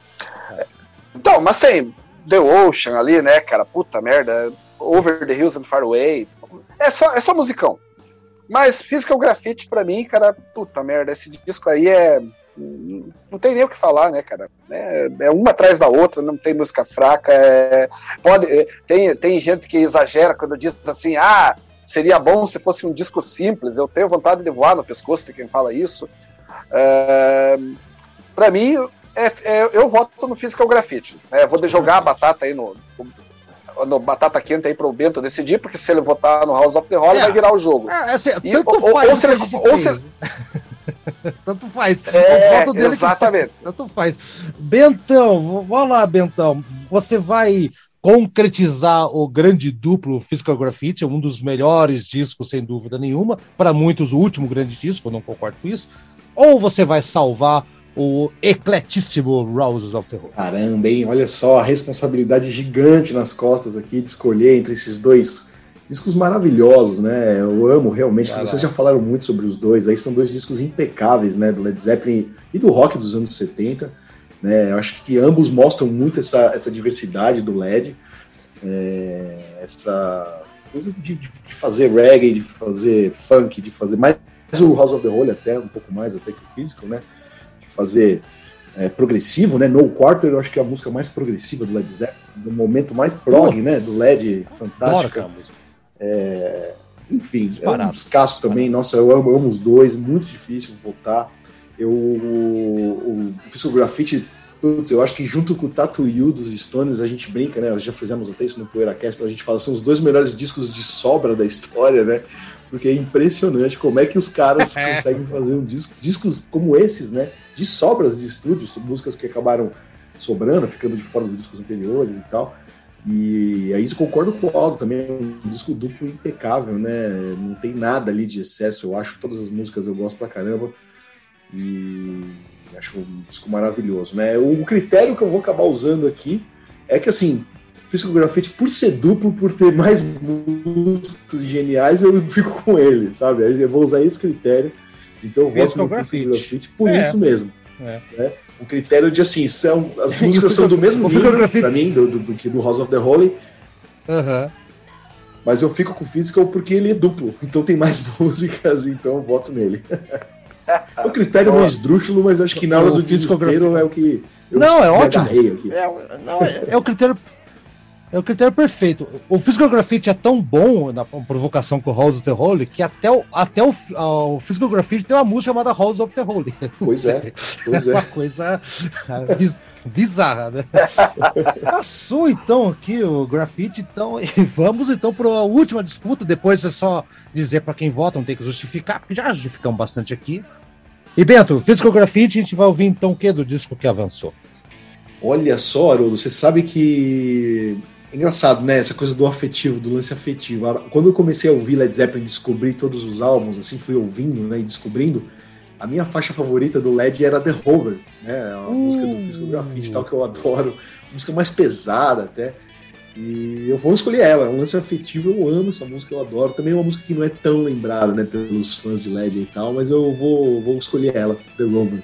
então, mas tem The Ocean ali, né, cara, puta merda, Over the Hills and Far Away. É só, é só musicão. Mas Physical Graffiti, pra mim, cara, puta merda, esse disco aí é... Não tem nem o que falar, né, cara? É, é uma atrás da outra, não tem música fraca. É, pode, tem, tem gente que exagera quando diz assim, ah, seria bom se fosse um disco simples, eu tenho vontade de voar no pescoço de quem fala isso. É, pra mim, é, é, eu voto no Physical Graffiti. Né? Vou jogar a batata aí no... no batata quente aí pro Bento decidir, porque se ele votar no House of the Holy, é, vai virar o jogo. É, assim, e, tanto ou, faz. Ou se ele, ou se... tanto faz. É, o voto dele exatamente. Que... Tanto faz. Bentão, vamos lá, Bentão. Você vai concretizar o grande duplo Physical Graffiti, um dos melhores discos, sem dúvida nenhuma. Para muitos, o último grande disco, eu não concordo com isso. Ou você vai salvar o ecletíssimo Roses of the Holy? Caramba, hein? Olha só, a responsabilidade gigante nas costas aqui de escolher entre esses dois discos maravilhosos, né? Eu amo realmente, que vocês já falaram muito sobre os dois, aí são dois discos impecáveis, né? Do Led Zeppelin e do rock dos anos setenta, né? Eu acho que ambos mostram muito essa, essa diversidade do Led, é, essa coisa de, de, de fazer reggae, de fazer funk, de fazer mais o House of the Holy até, um pouco mais até que o Physical, né? Fazer é, progressivo, né? No Quarter, eu acho que é a música mais progressiva do Led Zeppelin, no momento mais prog, né? Do Led, fantástica. É, enfim, Disparado. É um descasso também. Nossa, eu amo, eu amo os dois, muito difícil votar. Eu, o, o Physical Graffiti, putz, eu acho que junto com o Tattoo You dos Stones, a gente brinca, né? Nós já fizemos até isso no PoeiraCast, a gente fala, são os dois melhores discos de sobra da história, né? Porque é impressionante como é que os caras conseguem fazer um disco, discos como esses, né? De sobras de estúdio, músicas que acabaram sobrando, ficando de fora dos discos anteriores e tal. E aí eu concordo com o Aldo também, é um disco duplo impecável, né? Não tem nada ali de excesso, eu acho. Todas as músicas eu gosto pra caramba. E acho um disco maravilhoso, né? O critério que eu vou acabar usando aqui é que, assim, Physical Graffiti, por ser duplo, por ter mais músicas geniais, eu fico com ele, sabe? Eu vou usar esse critério. Então eu voto no Physical Graffiti por é. isso mesmo. É. Né? Um critério de, assim, são, as músicas são do mesmo nível, pra mim, do, do, do, do House of the Holy. Uhum. Mas eu fico com o Physical porque ele é duplo, então tem mais músicas, então eu voto nele. É um critério meio esdrúxulo, mas eu acho que na hora do desespero é o que eu não, é ótimo. Aqui. É, não, é, é o critério É o critério perfeito. O Physical Graffiti é tão bom na provocação com o Halls of the Holy que até o, até o, o Physical Graffiti tem uma música chamada Halls of the Holy. Pois é. Pois é uma coisa biz, bizarra, né? Passou então aqui o Graffiti, então, e vamos então para a última disputa. Depois é só dizer para quem vota, não tem que justificar, porque já justificamos bastante aqui. E Bento, Physical Graffiti, a gente vai ouvir então o que do disco que avançou? Olha só, Haroldo, você sabe que é engraçado, né? Essa coisa do afetivo, do lance afetivo. Quando eu comecei a ouvir Led Zeppelin, descobri todos os álbuns, assim, fui ouvindo, né, e descobrindo, a minha faixa favorita do Led era The Rover, né? A uh. música do Physical Graffiti, tal, que eu adoro. A música mais pesada até. E eu vou escolher ela. É um lance afetivo, eu amo essa música, eu adoro. Também é uma música que não é tão lembrada, né, pelos fãs de Led e tal, mas eu vou, vou escolher ela, The Rover.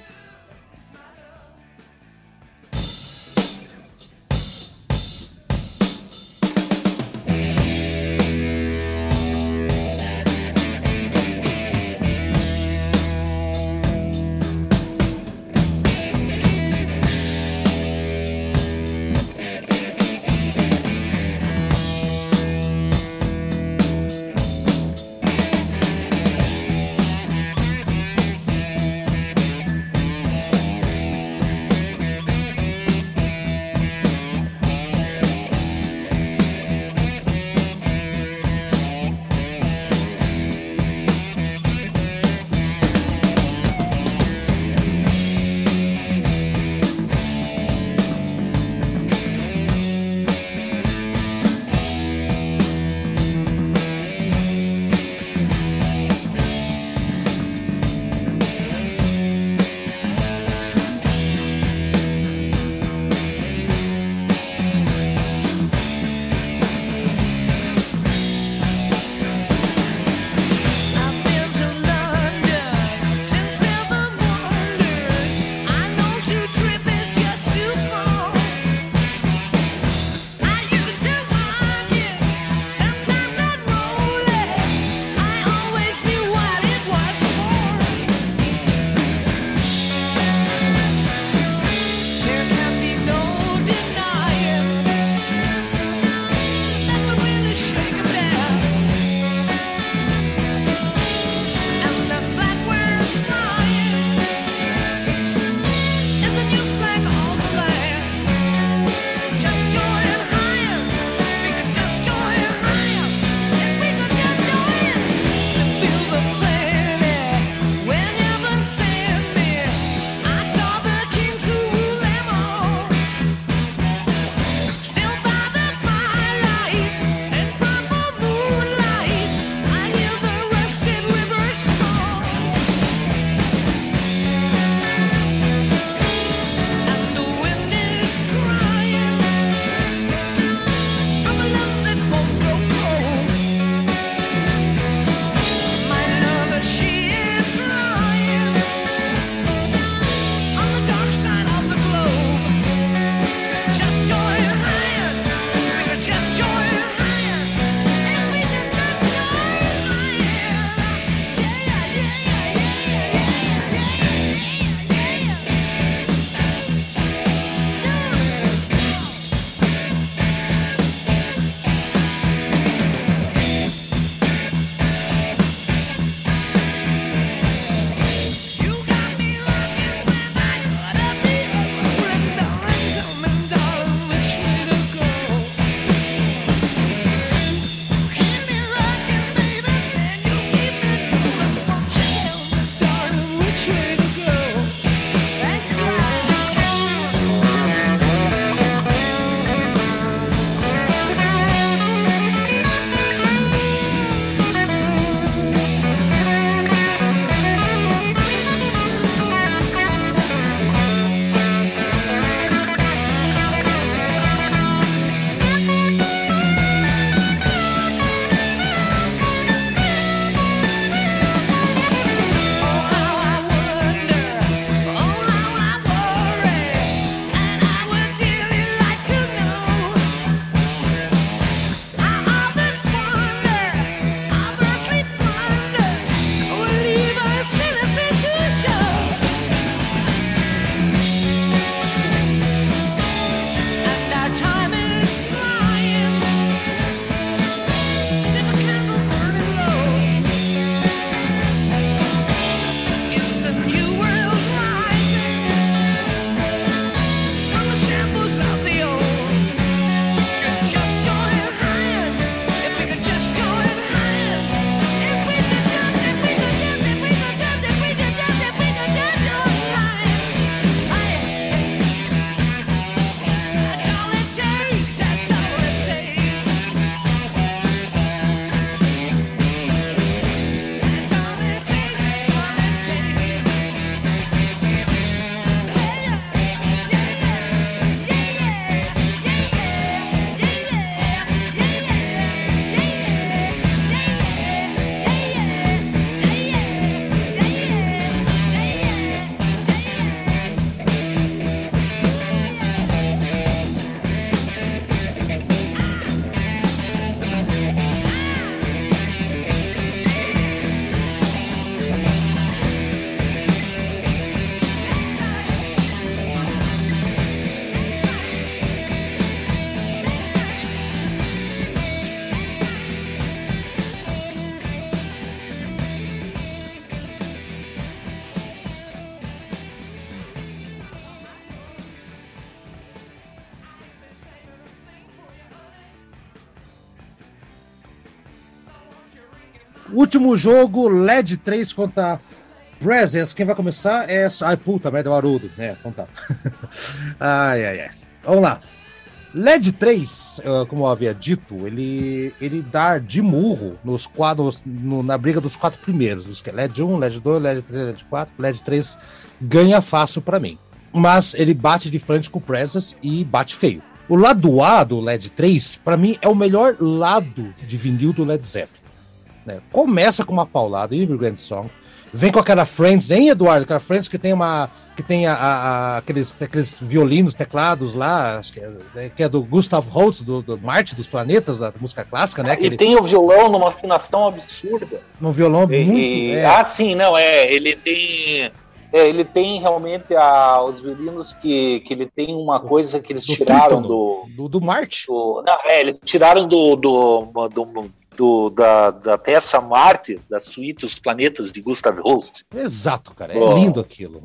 Último jogo, L E D três contra Presence. Quem vai começar é... Ai, puta merda, é o Haroldo. É, então tá. Ai, ai, ai. Vamos lá. L E D três, como eu havia dito, ele, ele dá de murro nos quadros, no, na briga dos quatro primeiros. Os que é L E D um, L E D dois, L E D três, L E D quatro, L E D três ganha fácil pra mim. Mas ele bate de frente com o Presence e bate feio. O lado A do L E D três, pra mim, é o melhor lado de vinil do Led Zeppelin. Né? Começa com uma paulada, Immigrant Song, vem com aquela Friends, hein, Eduardo? Aquela Friends que tem uma. Que tem a, a, a, aqueles, aqueles violinos, teclados lá, acho que é, que é do Gustav Holst, do, do Marte dos Planetas, da música clássica, né? E Aquele... tem o violão numa afinação absurda. Um violão e, muito. E... É... Ah, sim, não, é. Ele tem. É, ele tem realmente a, os violinos que, que ele tem uma coisa que eles do tiraram do, do. Do Marte? Do, não, é, eles tiraram do. do, do Do, da, da peça Marte, da suíte Os Planetas de Gustav Holst. Exato, cara. É oh. lindo aquilo.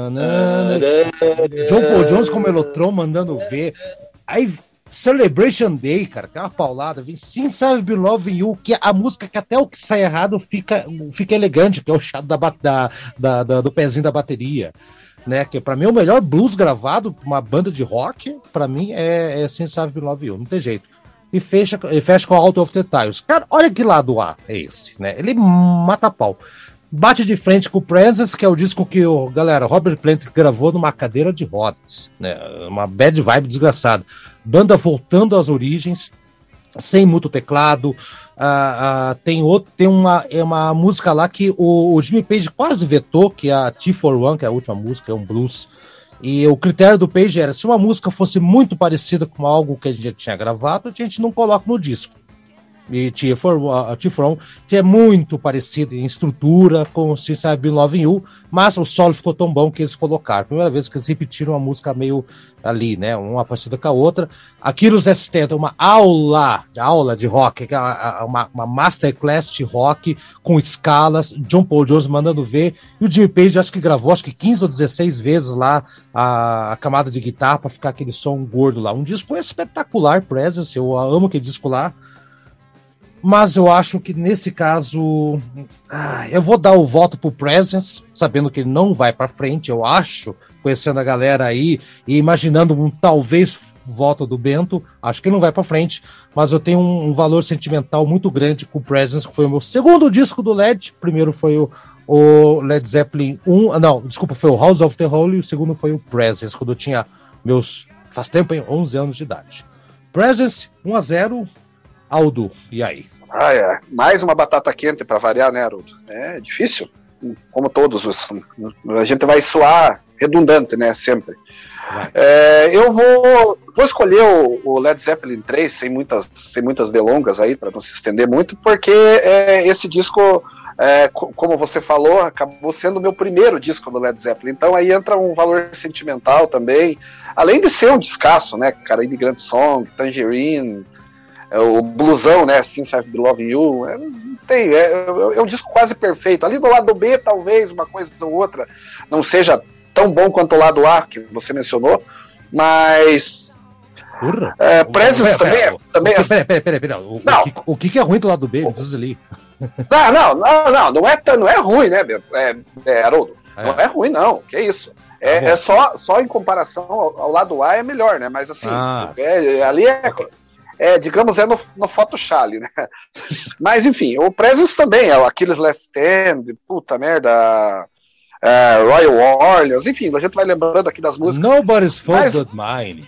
John Paul Jones com o Melotron mandando ver. Aí, Celebration Day, cara, que é uma paulada. Since I've Been Loving You, que é a música que até o que sai errado fica, fica elegante, que é o chato da, da, da, da, do pezinho da bateria. Né, que pra mim é o melhor blues gravado por uma banda de rock. Pra mim é, é Since I've Been Loving You. Não tem jeito. E fecha, e fecha com Out of the Tiles. Cara, olha que lado A é esse, né? Ele mata pau. Bate de frente com o Presence, que é o disco que o, galera, Robert Plant gravou numa cadeira de rodas, né? Uma bad vibe desgraçada. Banda voltando às origens, sem muito teclado. Uh, uh, tem outro, tem uma, é uma música lá que o, o Jimmy Page quase vetou, que é a T for One, que é a última música, é um blues. E o critério do Page era, se uma música fosse muito parecida com algo que a gente já tinha gravado, a gente não coloca no disco. E T for One, que é muito parecido em estrutura com Since I've Been Loving You, mas o solo ficou tão bom que eles colocaram. Primeira vez que eles repetiram uma música meio ali, né, uma parecida com a outra. Aqui nos anos setenta, uma aula, aula de rock, uma, uma masterclass de rock com escalas, John Paul Jones mandando ver, e o Jimmy Page acho que gravou acho que quinze ou dezesseis vezes lá a, a camada de guitarra para ficar aquele som gordo lá. Um disco espetacular, Presence, eu amo aquele disco lá. Mas eu acho que nesse caso ah, eu vou dar o voto pro Presence, sabendo que ele não vai para frente, eu acho, conhecendo a galera aí e imaginando um talvez voto do Bento, acho que ele não vai para frente, mas eu tenho um, um valor sentimental muito grande com o Presence, que foi o meu segundo disco do L E D. Primeiro foi o, o Led Zeppelin um, não, desculpa, foi o House of the Holy, e o segundo foi o Presence, quando eu tinha meus, faz tempo, hein, onze anos de idade. Presence, um a zero. Aldo, e aí? Ah, é. Mais uma batata quente para variar, né, Haroldo? É difícil, como todos os... A gente vai soar redundante, né, sempre. É, eu vou, vou escolher o, o Led Zeppelin três, sem muitas, sem muitas delongas aí, para não se estender muito, porque é, esse disco, é, como você falou, acabou sendo o meu primeiro disco do Led Zeppelin, então aí entra um valor sentimental também, além de ser um descasso, né, cara, Immigrant Song, Tangerine... É o blusão, né, Since I've Been Loving You, é, tem, é, é um disco quase perfeito. Ali do lado B, talvez, uma coisa ou outra não seja tão bom quanto o lado A, que você mencionou, mas... Urra. É, Presence também é... Também é... Peraí, peraí, peraí, pera. O, o, que, o que é ruim do lado B? Me diz ali. Não, não, não, não, não é, não é ruim, né, é, é, Haroldo? É. Não é ruim, não, que é isso. É, é só, só em comparação ao, ao lado A é melhor, né, mas assim, ah. é, ali é... É, digamos, é no, no Photoshop, né? Mas, enfim, o Presence também, é o Achilles Last Stand, puta merda, é, Royal Orleans, enfim, a gente vai lembrando aqui das músicas. Nobody's Fault But Mine.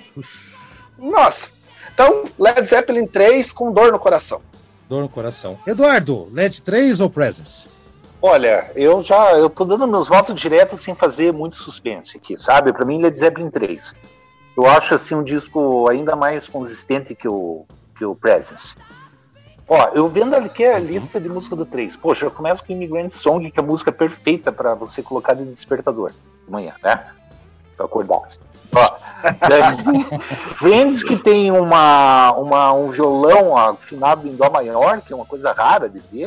Nossa, então, Led Zeppelin três com dor no coração. Dor no coração. Eduardo, L E D três ou Presence? Olha, eu já, eu tô dando meus votos diretos sem fazer muito suspense aqui, sabe? Pra mim, Led Zeppelin três. Eu acho assim um disco ainda mais consistente que o, que o Presence. Ó, eu vendo aqui a lista de música do três. Poxa, eu começo com Immigrant Song, que é a música perfeita para você colocar de despertador de manhã, né? Pra acordar. Ó, daí, Friends, que tem uma, uma, um violão afinado em dó maior, que é uma coisa rara de ver.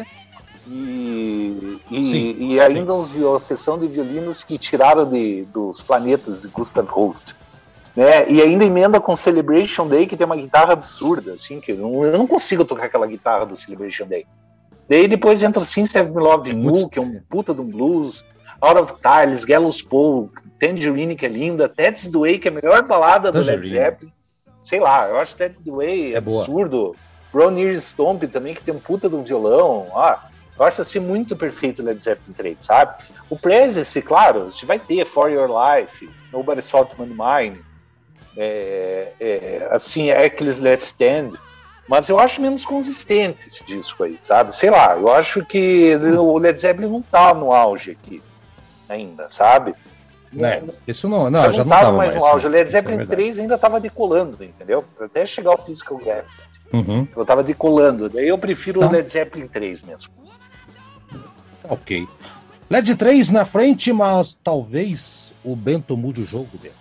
E, e, sim, e ainda uns uma sessão de violinos que tiraram de, dos Planetas de Gustav Holst. Né? E ainda emenda com Celebration Day, que tem uma guitarra absurda, assim, que eu não, eu não consigo tocar aquela guitarra do Celebration Day. Daí depois entra Since I've Love You, muito... que é um puta de um blues, Out of Tiles, Gallows Pole, Tangerine, que é linda, That's the Way, que é a melhor balada Tangerine. do Led Zeppelin. Sei lá, eu acho That's the Way é absurdo. Brown Ears Stomp também, que tem um puta de um violão. Ah, eu acho assim muito perfeito o Led Zeppelin três, sabe? O Presence, claro, você vai ter For Your Life, Nobody's Fault But Mine, é, é, assim, é aqueles Let's Stand, mas eu acho menos consistente esse disco aí, sabe? Sei lá, eu acho que o Led Zeppelin não tá no auge aqui ainda, sabe? É, isso não, não, já, já não não tava tava mais mais no auge. O Led é Zeppelin é três ainda tava decolando, entendeu? Até chegar ao Physical Graffiti. Uhum. Eu tava decolando, daí eu prefiro tá. o Led Zeppelin três mesmo. Ok. Led três na frente, mas talvez o Bento mude o jogo, Bento.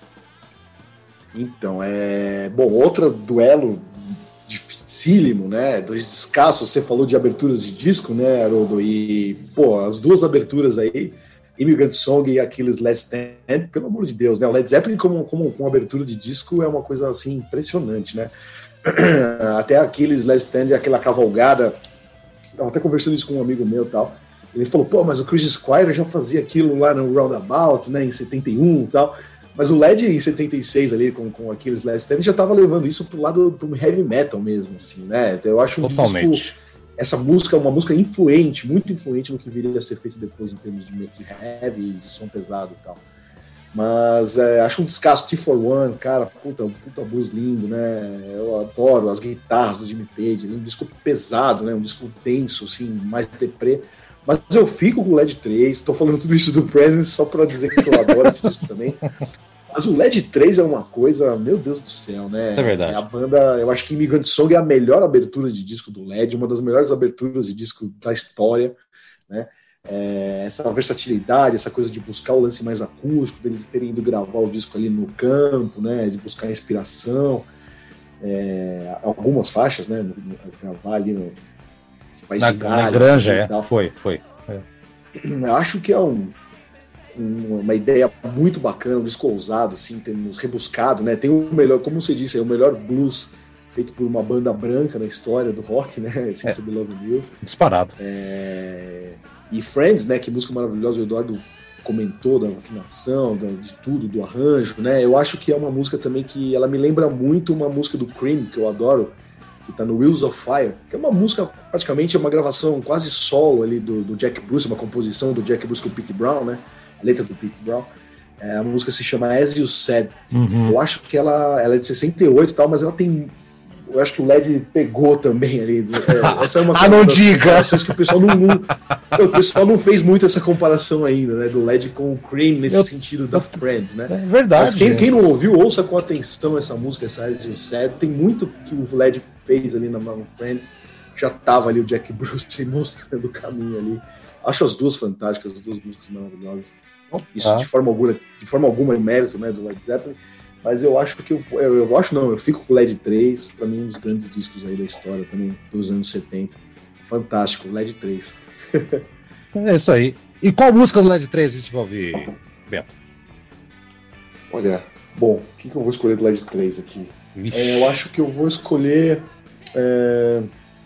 Então, é... Bom, outro duelo dificílimo, né? Dois descassos, você falou de aberturas de disco, né, Haroldo? E, pô, as duas aberturas aí, Immigrant Song e Achilles Last Stand, pelo amor de Deus, né? O Led Zeppelin como, como, como abertura de disco é uma coisa, assim, impressionante, né? Até Achilles Last Stand, aquela cavalgada, estava até conversando isso com um amigo meu e tal, ele falou, pô, mas o Chris Squire já fazia aquilo lá no Roundabout, né, em setenta e um e tal, mas o Led em setenta e seis ali, com, com Achilles Last Stand, já estava levando isso pro lado do heavy metal mesmo, assim, né, eu acho um Totalmente. disco, essa música é uma música influente, muito influente no que viria a ser feito depois em termos de, de heavy, de som pesado e tal. Mas é, acho um descasso T quatro um, cara, puta, puta blues lindo, né? Eu adoro as guitarras do Jimmy Page, um disco pesado, né? Um disco denso, assim, mais deprê. Mas eu fico com o Led três, tô falando tudo isso do Presence só pra dizer que eu adoro esse disco também. Mas o Led três é uma coisa, meu Deus do céu, né? É verdade. A banda, eu acho que Immigrant Song é a melhor abertura de disco do Led, uma das melhores aberturas de disco da história, né? É, essa versatilidade, essa coisa de buscar o lance mais acústico, deles terem ido gravar o disco ali no campo, né, de buscar inspiração, é, algumas faixas, né, no, no, gravar ali no País na, de Galha, na Granja, é. foi, foi. É. Eu acho que é um, um, uma ideia muito bacana, um disco ousado, assim, temos rebuscado, né, tem o melhor, como você disse, é o melhor blues feito por uma banda branca na história do rock, né, Since I've Loved You. Disparado. É... E Friends, né, que música maravilhosa, o Eduardo comentou da afinação, da, de tudo, do arranjo, né, eu acho que é uma música também que ela me lembra muito uma música do Cream, que eu adoro, que tá no Wheels of Fire, que é uma música, praticamente é uma gravação quase solo ali do, do Jack Bruce, uma composição do Jack Bruce com o Pete Brown, né, a letra do Pete Brown, é, a música se chama As You Said, uhum. Eu acho que ela, ela é de sessenta e oito e tal, mas ela tem... Eu acho que o Led pegou também ali. É, essa é uma ah, não diga! Que o pessoal não, não, o pessoal não fez muito essa comparação ainda, né? Do Led com o Cream nesse eu, sentido da Friends, né? É verdade. Mas quem, quem não ouviu, ouça com atenção essa música, essa As You Said. Tem muito que o Led fez ali na, na Friends. Já tava ali o Jack Bruce mostrando o caminho ali. Acho as duas fantásticas, as duas músicas maravilhosas. Isso ah. de forma alguma, de forma alguma é mérito, né, do Led Zeppelin. Mas eu acho que eu, eu, eu acho não, eu fico com o Led três, pra mim um dos grandes discos aí da história também, dos anos setenta. Fantástico, Led três. É isso aí. E qual música do Led três a gente vai ouvir, Beto? Olha, bom, o que, que eu vou escolher do Led três aqui? É, eu acho que eu vou escolher. É...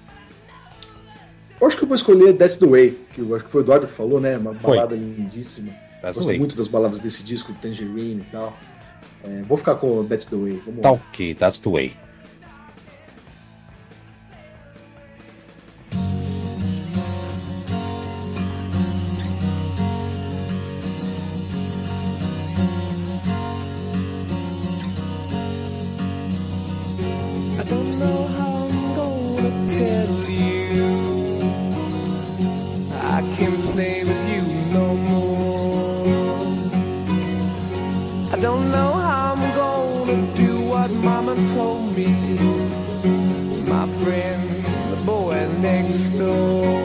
Eu acho que eu vou escolher That's the Way, que eu acho que foi o Eduardo que falou, né? Uma foi. balada lindíssima. That's Gosto muito das baladas desse disco, Tangerine e tal. É, vou ficar com That's the Way. Vamos tá lá. Ok, That's the Way. I don't know how I'm gonna tell you I can't play with you no more. I don't know how I'm gonna do what Mama told me, my friend, the boy next door.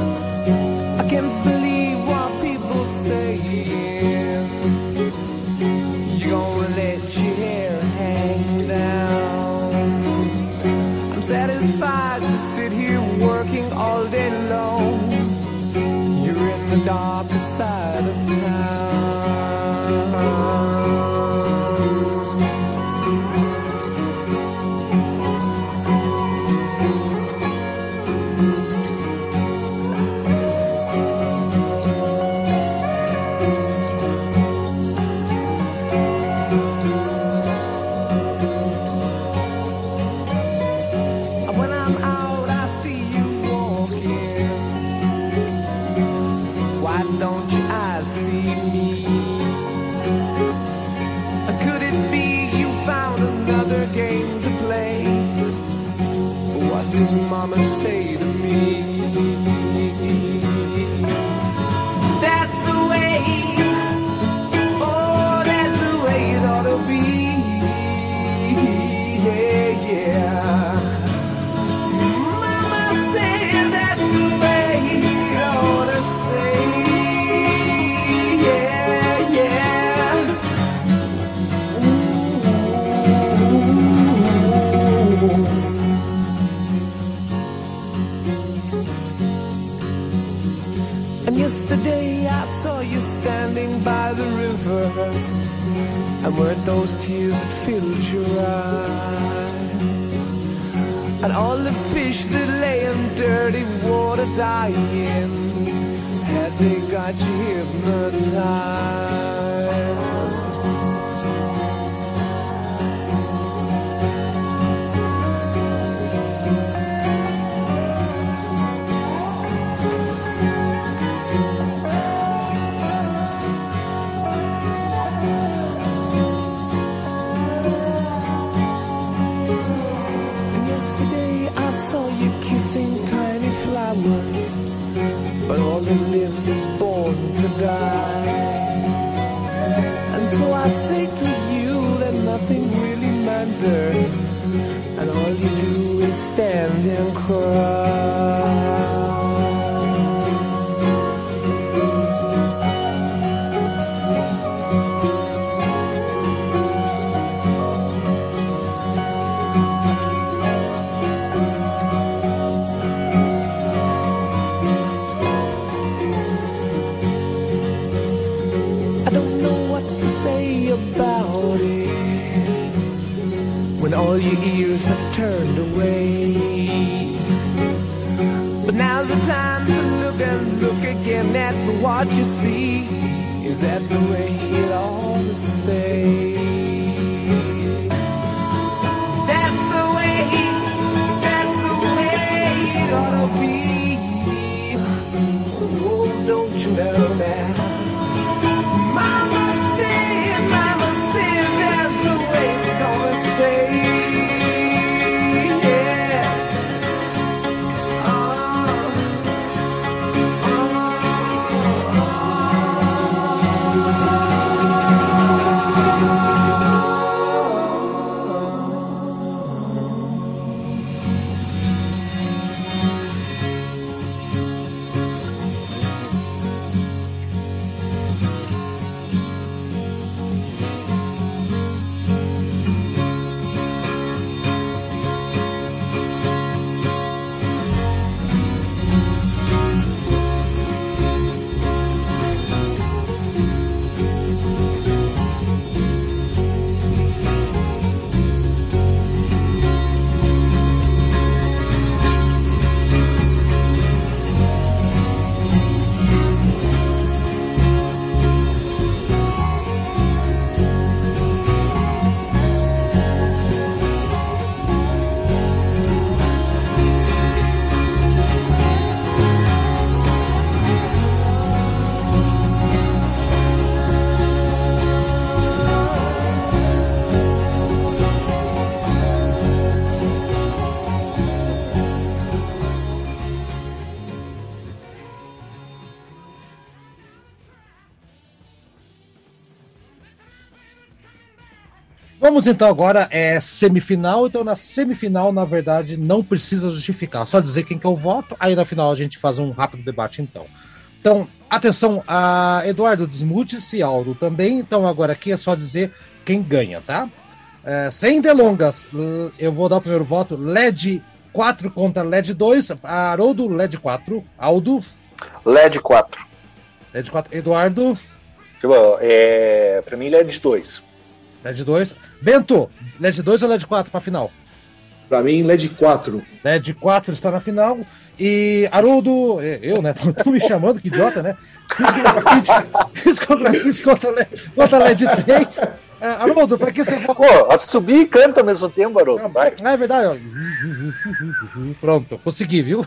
I can't believe what people say. darker side of town. Mama say to me, that's the way, oh, that's the way it ought to be, yeah, yeah. Mama said that's the way it ought to say, yeah, yeah. Ooh. Yesterday I saw you standing by the river, and weren't those tears that filled your eyes? And all the fish that lay in dirty water dying, had they got you hypnotized? But all that lives is born to die. And so I say to you that nothing really matters, and all you do is stand and cry. All your ears have turned away, but now's the time to look and look again at what you see. Is that the way it ought to stay? That's the way, that's the way it ought to be. Oh, don't you know that? Mama said, Mama said that's the way it's gonna stay. Vamos então agora, é semifinal, então na semifinal, na verdade, não precisa justificar, só dizer quem que eu voto, aí na final a gente faz um rápido debate então. Então, atenção, a Eduardo desmute-se, Aldo também, então agora aqui é só dizer quem ganha, tá? É, sem delongas, eu vou dar o primeiro voto, L E D quatro contra L E D dois, Haroldo, L E D quatro, Aldo? L E D quatro. L E D quatro. Eduardo? É, pra mim, L E D dois. L E D dois. Bento, L E D dois ou L E D quatro pra final? Pra mim, L E D quatro. L E D quatro está na final. E Haroldo, eu, né? Tô me chamando, que idiota, né? Fiscografite contra L E D três. É, Haroldo, pra que você vota? Pô, a subir e canta ao mesmo tempo, Haroldo. Vai. Ah, é verdade, ó. Pronto, consegui, viu?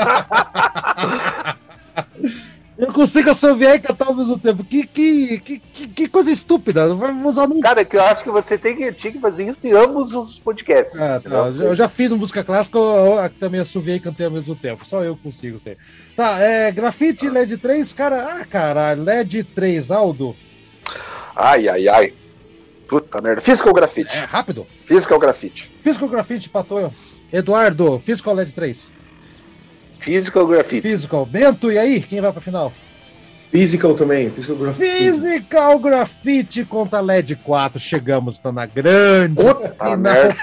Eu consigo assoviar e cantar ao mesmo tempo. Que, que, que, que coisa estúpida. Vamos usar num... Cara, que eu acho que você tem que, tinha que fazer isso em ambos os podcasts. Ah, tá. Eu já fiz um música clássica, eu, eu também assoviei e cantei ao mesmo tempo. Só eu consigo ser. Tá, é, grafite L E D três, cara. Ah, caralho, L E D três, Aldo. Ai, ai, ai. Puta merda. Physical Graffiti. É, rápido. Physical Graffiti. Physical Graffiti, patou. Eduardo, Physical L E D três. Physical Graffiti. Physical. Bento, e aí? Quem vai pra final? Physical também. Physical Graffiti. Physical Graffiti contra L E D quatro. Chegamos, então, na grande Puta final. merda.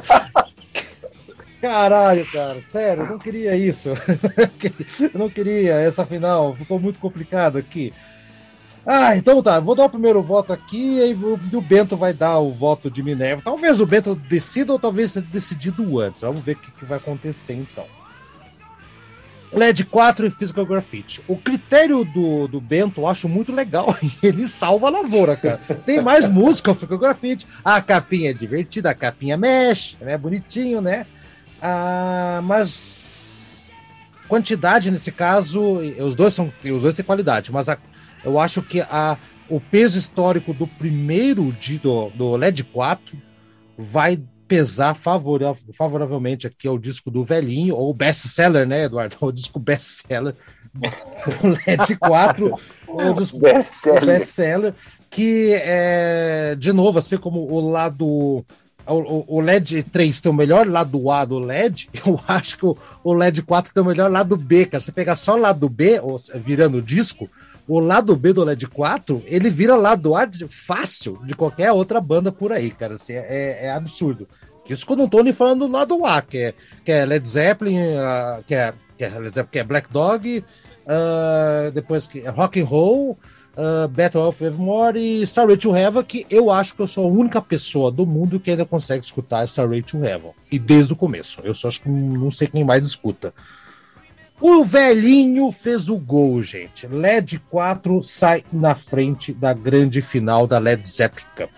Caralho, cara. Sério, eu não queria isso. Eu não queria essa final. Ficou muito complicado aqui. Ah, então tá, vou dar o primeiro voto aqui e o Bento vai dar o voto de Minerva. Talvez o Bento decida ou talvez seja decidido antes. Vamos ver o que, que vai acontecer então. L E D quatro e Physical Graffiti. O critério do, do Bento eu acho muito legal. Ele salva a lavoura, cara. Tem mais música, o Physical Graffiti. A capinha é divertida, a capinha mexe, né? Bonitinho, né? Ah, mas quantidade nesse caso, os dois são, os dois têm qualidade, mas a eu acho que a, o peso histórico do primeiro de, do, do L E D quatro vai pesar favora, favoravelmente aqui ao disco do velhinho, ou best-seller, né, Eduardo? O disco best-seller do L E D quatro, o disco best-seller, best-seller, que é, de novo, assim como o lado... O, o L E D três tem o melhor lado A do L E D, eu acho que o, o L E D quatro tem o melhor lado B, cara. Você pegar só o lado B, ou, virando o disco, o lado B do L E D quatro, ele vira lado A de, fácil de qualquer outra banda por aí, cara. Assim, é, é absurdo. Isso que eu não tô nem falando do lado A, que é, que é Led Zeppelin, uh, que, é, que, é, Led Zeppelin, que é Black Dog, uh, depois que é Rock and Roll, uh, Battle of Evermore e Starway to Heaven, que eu acho que eu sou a única pessoa do mundo que ainda consegue escutar Starway to Heaven. E desde o começo. Eu só acho que não sei quem mais escuta. O velhinho fez o gol, gente. L E D quatro sai na frente da grande final da Led Zeppelin Cup.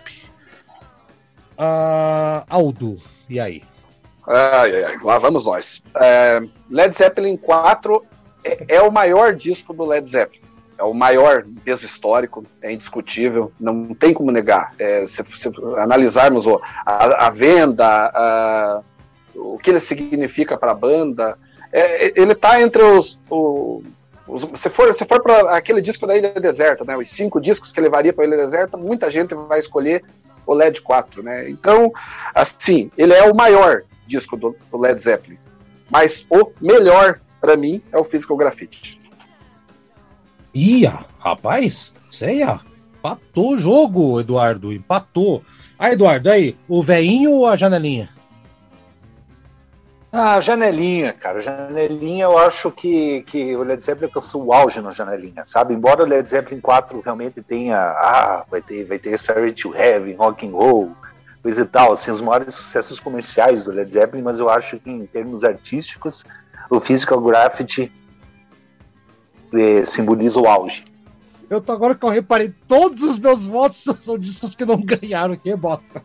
Uh, Aldo, e aí? Ai, ai, ai, lá vamos nós. É, Led Zeppelin quatro é, é o maior disco do Led Zeppelin. É o maior peso histórico, é indiscutível, não tem como negar. É, se, se analisarmos o, a, a venda, a, o que ele significa para a banda... É, ele tá entre os, os, os se for, se for para aquele disco da Ilha Deserta, né, os cinco discos que levaria para a Ilha Deserta, muita gente vai escolher o L E D quatro, né? Então, assim, ele é o maior disco do, do Led Zeppelin, mas o melhor para mim é o Physical Graffiti. Ia, rapaz, sei, empatou o jogo, Eduardo, empatou. Ah, Eduardo, aí, o velhinho ou a janelinha? Ah, Janelinha, cara. Janelinha, eu acho que, que o Led Zeppelin alcançou o auge na Janelinha, sabe? Embora o Led Zeppelin quatro realmente tenha... Ah, vai ter, vai ter Starway to Heaven, Rock and Roll, coisa e tal, assim, os maiores sucessos comerciais do Led Zeppelin, mas eu acho que em termos artísticos, o Physical Graffiti eh, simboliza o auge. Eu tô agora que eu reparei, todos os meus votos são discos que não ganharam, que bosta.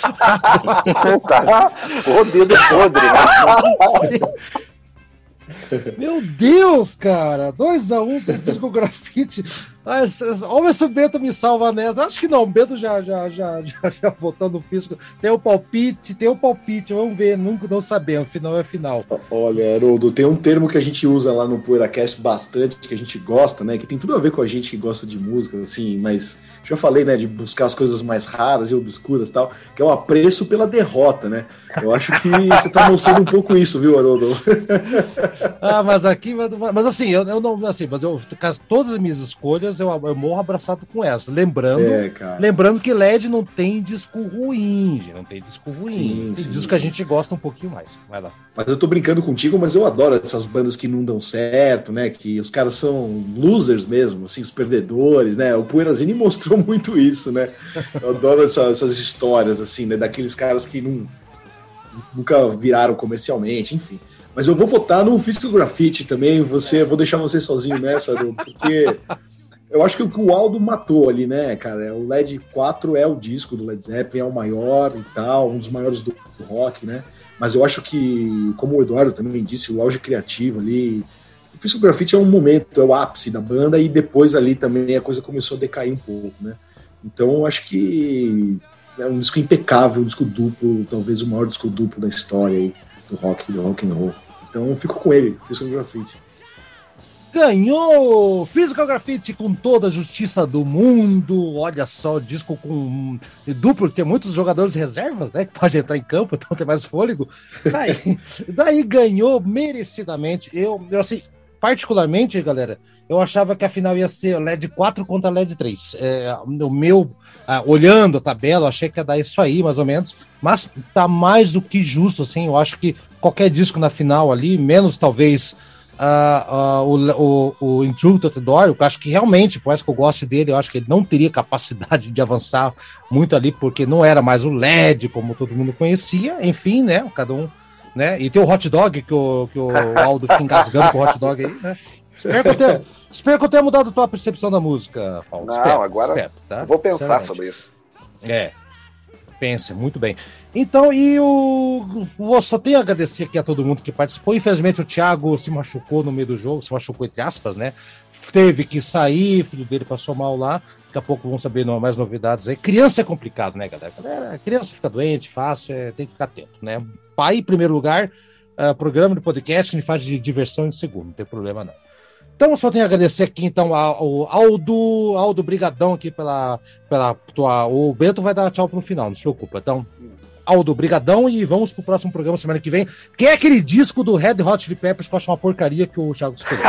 Tá, o dedo podre, né? Meu Deus, cara, dois a um pro Physical Graffiti. Olha se o Bento me salva nessa. Acho que não, o Bento já, já, já, já, já votou no Physical. Tem o palpite, tem o palpite, vamos ver, nunca não sabemos, final é final. Olha, Haroldo, tem um termo que a gente usa lá no PoeiraCast bastante, que a gente gosta, né, que tem tudo a ver com a gente que gosta de música, assim, mas já falei, né, de buscar as coisas mais raras e obscuras e tal, que é o apreço pela derrota, né? Eu acho que você tá mostrando um pouco isso, viu, Haroldo? Ah, mas aqui, mas, mas assim, eu, eu não, assim, mas eu, todas as minhas escolhas Peppers, eu, eu morro abraçado com essa. Lembrando, é, lembrando que L E D não tem disco ruim, gente, não tem disco ruim. Sim, tem sim, disco sim. que a gente gosta um pouquinho mais. Vai lá. Mas eu tô brincando contigo, mas eu adoro essas bandas que não dão certo, né? Que os caras são losers mesmo, assim, os perdedores, né? O Poeirazine mostrou muito isso, né? Eu adoro essa, essas histórias, assim, né? Daqueles caras que não, nunca viraram comercialmente, enfim. Mas eu vou votar no Physical Graffiti também, você, vou deixar você sozinho nessa, porque eu acho que o que o Aldo matou ali, né, cara, o L E D quatro é o disco do Led Zeppelin, é o maior e tal, um dos maiores do rock, né, mas eu acho que, como o Eduardo também disse, o auge criativo ali, o Physical Graffiti é um momento, é o ápice da banda, e depois ali também a coisa começou a decair um pouco, né, então eu acho que é um disco impecável, um disco duplo, talvez o maior disco duplo da história aí, do rock, do rock and roll. Então eu fico com ele, Physical Graffiti. Ganhou! Physical Graffiti com toda a justiça do mundo. Olha só, disco com duplo, tem muitos jogadores reservas, né? Que pode entrar em campo, então tem mais fôlego. Daí, daí ganhou merecidamente. Eu, eu assim, particularmente, galera, eu achava que a final ia ser L E D quatro contra L E D três. É, o meu, ah, olhando a tabela, eu achei que ia dar isso aí, mais ou menos. Mas tá mais do que justo, assim. Eu acho que qualquer disco na final ali, menos talvez uh, uh, o, o, o Intruder to the Door, eu acho que realmente, por mais que eu goste dele, eu acho que ele não teria capacidade de avançar muito ali, porque não era mais o L E D como todo mundo conhecia. Enfim, né? Cada um, né? E tem o Hot Dog, que o, que o Aldo fica engasgando com o Hot Dog aí, né? Espero que eu tenha, espero que eu tenha mudado a tua percepção da música, Paulo. Não, espero, agora espero, tá? vou pensar sobre isso. É, pense, muito bem. Então, e o... Eu só tenho a agradecer aqui a todo mundo que participou. Infelizmente, o Thiago se machucou no meio do jogo, se machucou entre aspas, né? Teve que sair, filho dele passou mal lá. Daqui a pouco vão saber mais novidades aí. Criança é complicado, né, galera? galera criança fica doente, fácil, é, tem que ficar atento, né? Pai, em primeiro lugar, uh, programa de podcast que a gente faz de diversão em segundo, não tem problema não. Então, só tenho a agradecer aqui, então, ao Aldo, Aldo, brigadão aqui pela, pela tua... O Bento vai dar tchau no final, não se preocupa. Então, Aldo, brigadão, e vamos pro próximo programa semana que vem, que é aquele disco do Red Hot Chili Peppers que eu acho uma porcaria que o Thiago escolheu.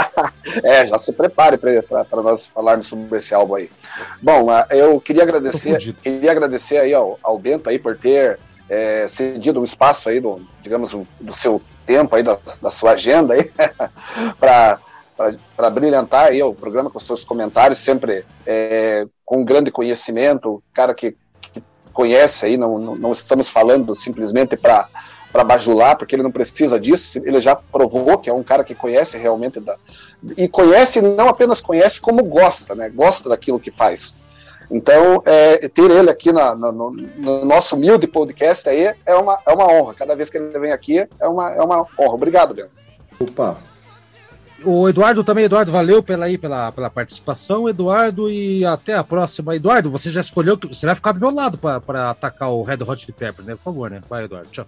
É, já se prepare para nós falarmos sobre esse álbum aí. Bom, eu queria agradecer, queria agradecer aí ao, ao Bento aí por ter é, cedido um espaço aí, do, digamos, do seu tempo aí, da, da sua agenda aí, para... para brilhantar aí o programa com seus comentários, sempre é, com grande conhecimento, cara que, que conhece aí, não, não, não estamos falando simplesmente para bajular, porque ele não precisa disso, ele já provou que é um cara que conhece realmente, da, e conhece, não apenas conhece, como gosta, né, gosta daquilo que faz. Então, é, ter ele aqui na, na, no, no nosso humilde podcast aí é uma, é uma honra, cada vez que ele vem aqui é uma, é uma honra. Obrigado, Leandro. Opa! O Eduardo também, Eduardo, valeu pela, aí, pela, pela participação, Eduardo, e até a próxima. Eduardo, você já escolheu, que você vai ficar do meu lado para atacar o Red Hot Chili Peppers, né? Por favor, né? Vai, Eduardo, tchau.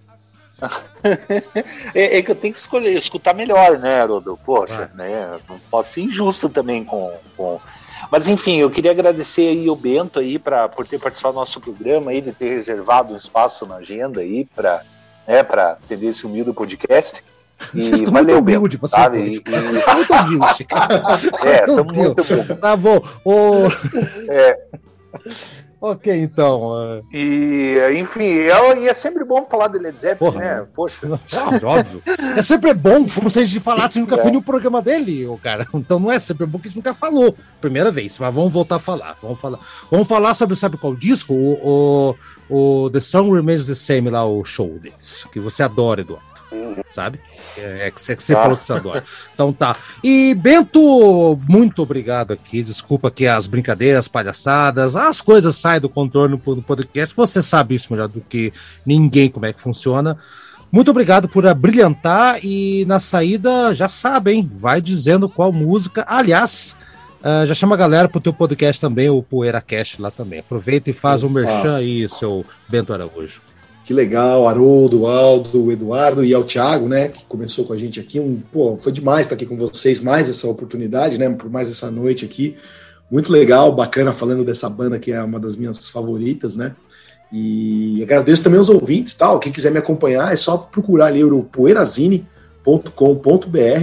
é, é que eu tenho que escolher, escutar melhor, né, Haroldo? Poxa, vai. Né? Não posso ser injusto também com, com... Mas, enfim, eu queria agradecer aí o Bento aí pra, por ter participado do nosso programa, ele ter reservado um espaço na agenda aí para né, para atender esse humilde podcast. Vocês estão muito humildes, vocês sabe? Dois. Vocês estão muito humildes, cara. É, estamos muito bom. Tá bom. O... É. Ok, então. Uh... E, enfim, é, é sempre bom falar de Led Zeppelin, Porra, né? Poxa. É, óbvio. É sempre bom, como se a gente falasse, nunca é. foi no programa dele, o cara. Então não é sempre bom que a gente nunca falou. Primeira vez, mas vamos voltar a falar. Vamos falar, vamos falar sobre, sabe qual disco? O, o, o The Song Remains the Same, lá, o show deles. Que você adora, Eduardo. Sabe? É, é que você, que você ah. falou que você adora. Então tá. E Bento, muito obrigado aqui. Desculpa aqui as brincadeiras, palhaçadas, as coisas saem do contorno do podcast. Você sabe isso melhor do que ninguém, como é que funciona. Muito obrigado por brilhantar e na saída, já sabem, vai dizendo qual música. Aliás, uh, já chama a galera pro teu podcast também, o PoeiraCast lá também. Aproveita e faz o um merchan aí, seu Bento Araújo. Que legal, Haroldo, Aldo, Eduardo e ao Thiago, né, que começou com a gente aqui. Um, pô, foi demais estar aqui com vocês, mais essa oportunidade, né, por mais essa noite aqui. Muito legal, bacana, falando dessa banda que é uma das minhas favoritas, né. E agradeço também aos ouvintes, tal. Quem quiser me acompanhar é só procurar ali o poeirazine ponto com ponto b r.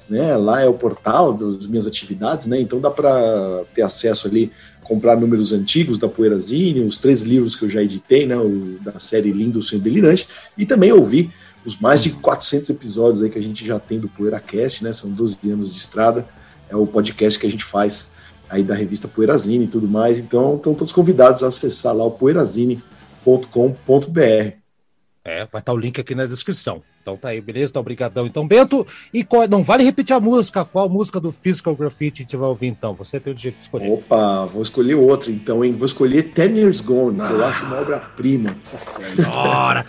né? Lá é o portal das minhas atividades, né? Então dá para ter acesso ali, comprar números antigos da Poeirazine, os três livros que eu já editei, né? O da série Lindo, Sonho Delirante, e também ouvir os mais de quatrocentos episódios aí que a gente já tem do PoeiraCast, né? São doze anos de estrada, é o podcast que a gente faz aí da revista Poeirazine e tudo mais. Então estão todos convidados a acessar lá o poeirazine ponto com ponto b r. É, vai estar o link aqui na descrição. Então tá aí, beleza? Então, obrigadão. Então, Bento, e qual, não vale repetir a música. Qual música do Physical Graffiti a gente vai ouvir, então? Você tem o direito de escolher. Opa, vou escolher outra, então, hein? Vou escolher Ten Years Gone, ah, que eu acho uma obra-prima. Senhora!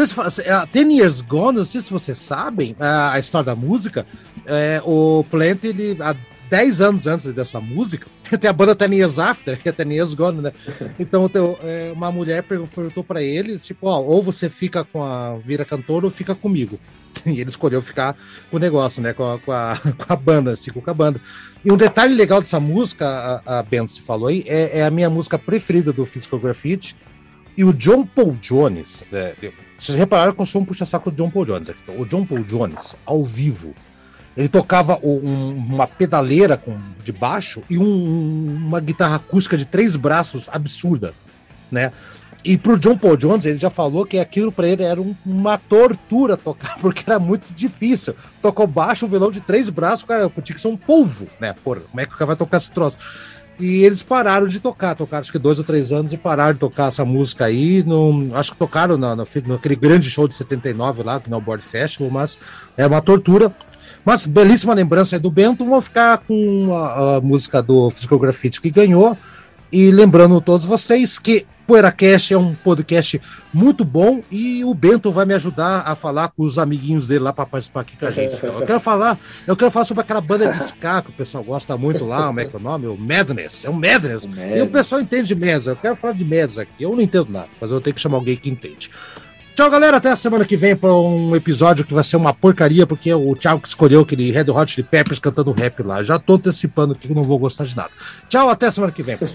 Ten Years Gone, não sei se vocês sabem a, a história da música. É, o Plant, ele... A, dez anos antes dessa música, tem a banda Ten Years After, que é Ten Years Gone, né? Então, é, uma mulher perguntou pra ele, tipo, ó, ou você fica com a vira cantor ou fica comigo. E ele escolheu ficar com o negócio, né? Com a, com a, com a banda, ficou com a banda. E um detalhe legal dessa música, a, a Bento se falou aí, é, é a minha música preferida do Physical Graffiti. E o John Paul Jones, é, vocês repararam que eu sou um puxa-saco do John Paul Jones. O John Paul Jones, ao vivo, ele tocava um, uma pedaleira com, de baixo e um, uma guitarra acústica de três braços absurda, né? E pro John Paul Jones, ele já falou que aquilo para ele era um, uma tortura tocar, porque era muito difícil. Tocou baixo, um violão de três braços, cara, tinha que ser um polvo, né? Porra, como é que o cara vai tocar esse troço? E eles pararam de tocar, tocaram acho que dois ou três anos e pararam de tocar essa música aí. No, acho que tocaram na, na, naquele grande show de setenta e nove lá, no Board Festival, mas é uma tortura. Mas belíssima lembrança aí do Bento. Vamos ficar com a, a música do Physical Graffiti que ganhou. E lembrando a todos vocês que PoeiraCast é um podcast muito bom e o Bento vai me ajudar a falar com os amiguinhos dele lá para participar aqui com a gente. Então, eu quero falar, eu quero falar sobre aquela banda de ska que o pessoal gosta muito lá, como é que é o nome? O Madness, é o Madness. O Madness. E o pessoal entende de Madness, eu quero falar de Madness aqui. Eu não entendo nada, mas eu tenho que chamar alguém que entende. Tchau, galera, até a semana que vem para um episódio que vai ser uma porcaria, porque é o Thiago que escolheu aquele Red Hot Chili Peppers cantando rap lá. Já tô antecipando que eu não vou gostar de nada. Tchau, até a semana que vem.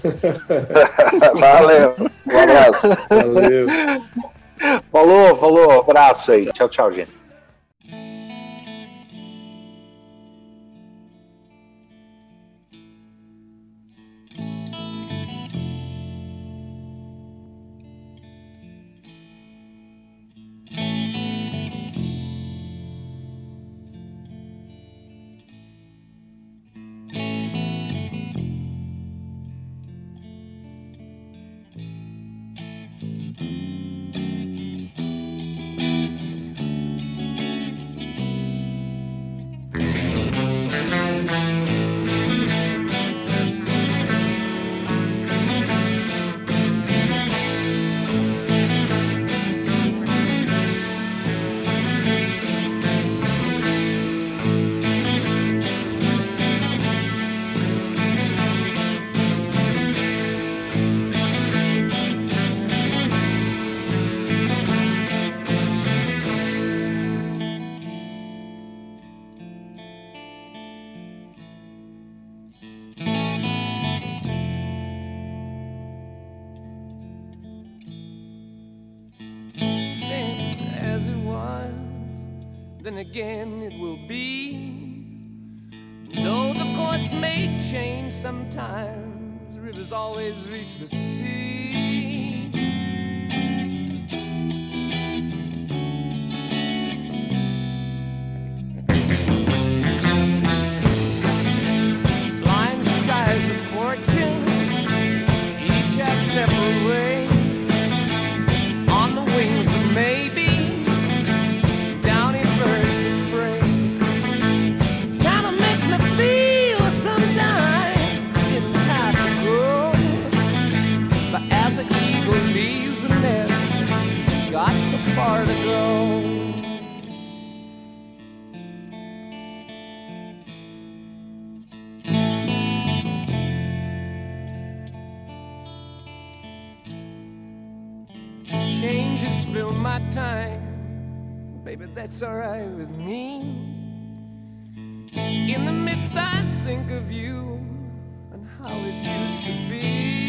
Valeu, um abraço. Valeu. Falou, falou, abraço aí. Tchau, tchau, gente. Then again it will be. Though the course may change sometimes, rivers always reach the sea. Blind skies of fortune, each have separate ways. On the wings of maybe, far to go. Changes fill my time, baby, that's alright with me. In the midst I think of you and how it used to be.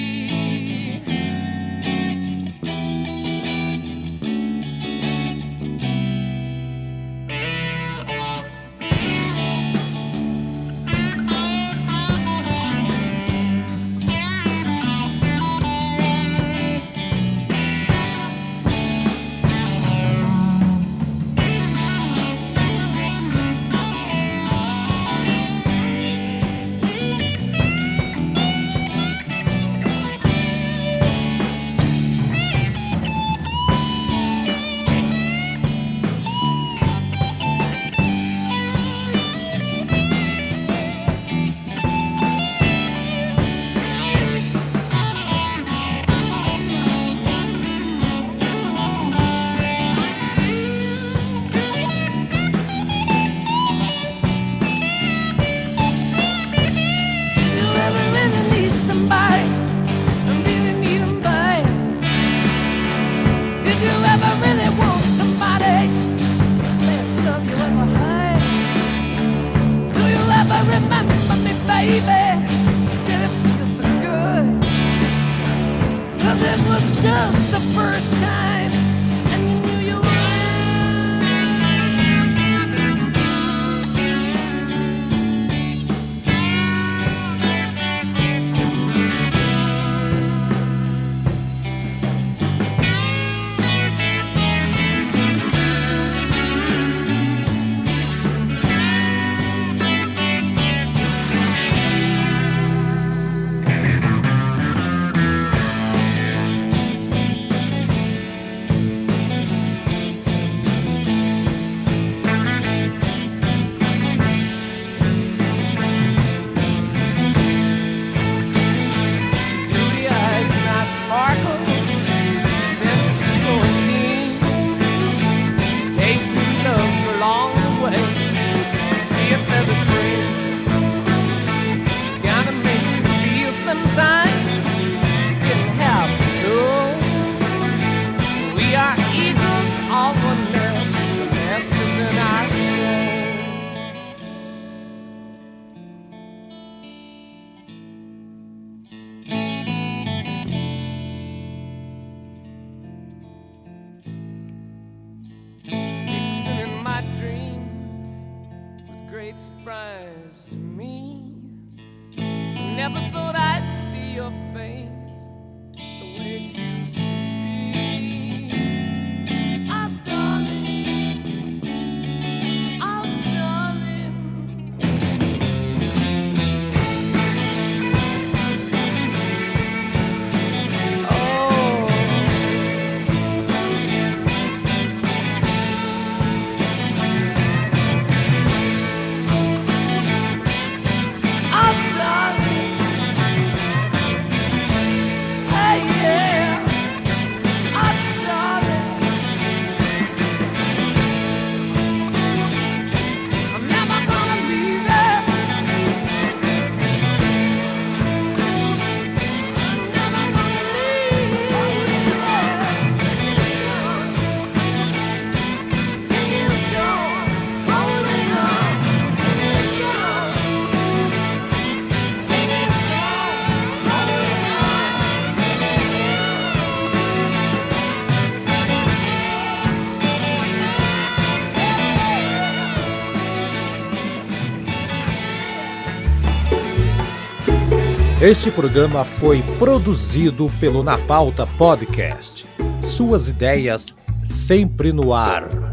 Este programa foi produzido pelo Na Pauta Podcast. Suas ideias sempre no ar.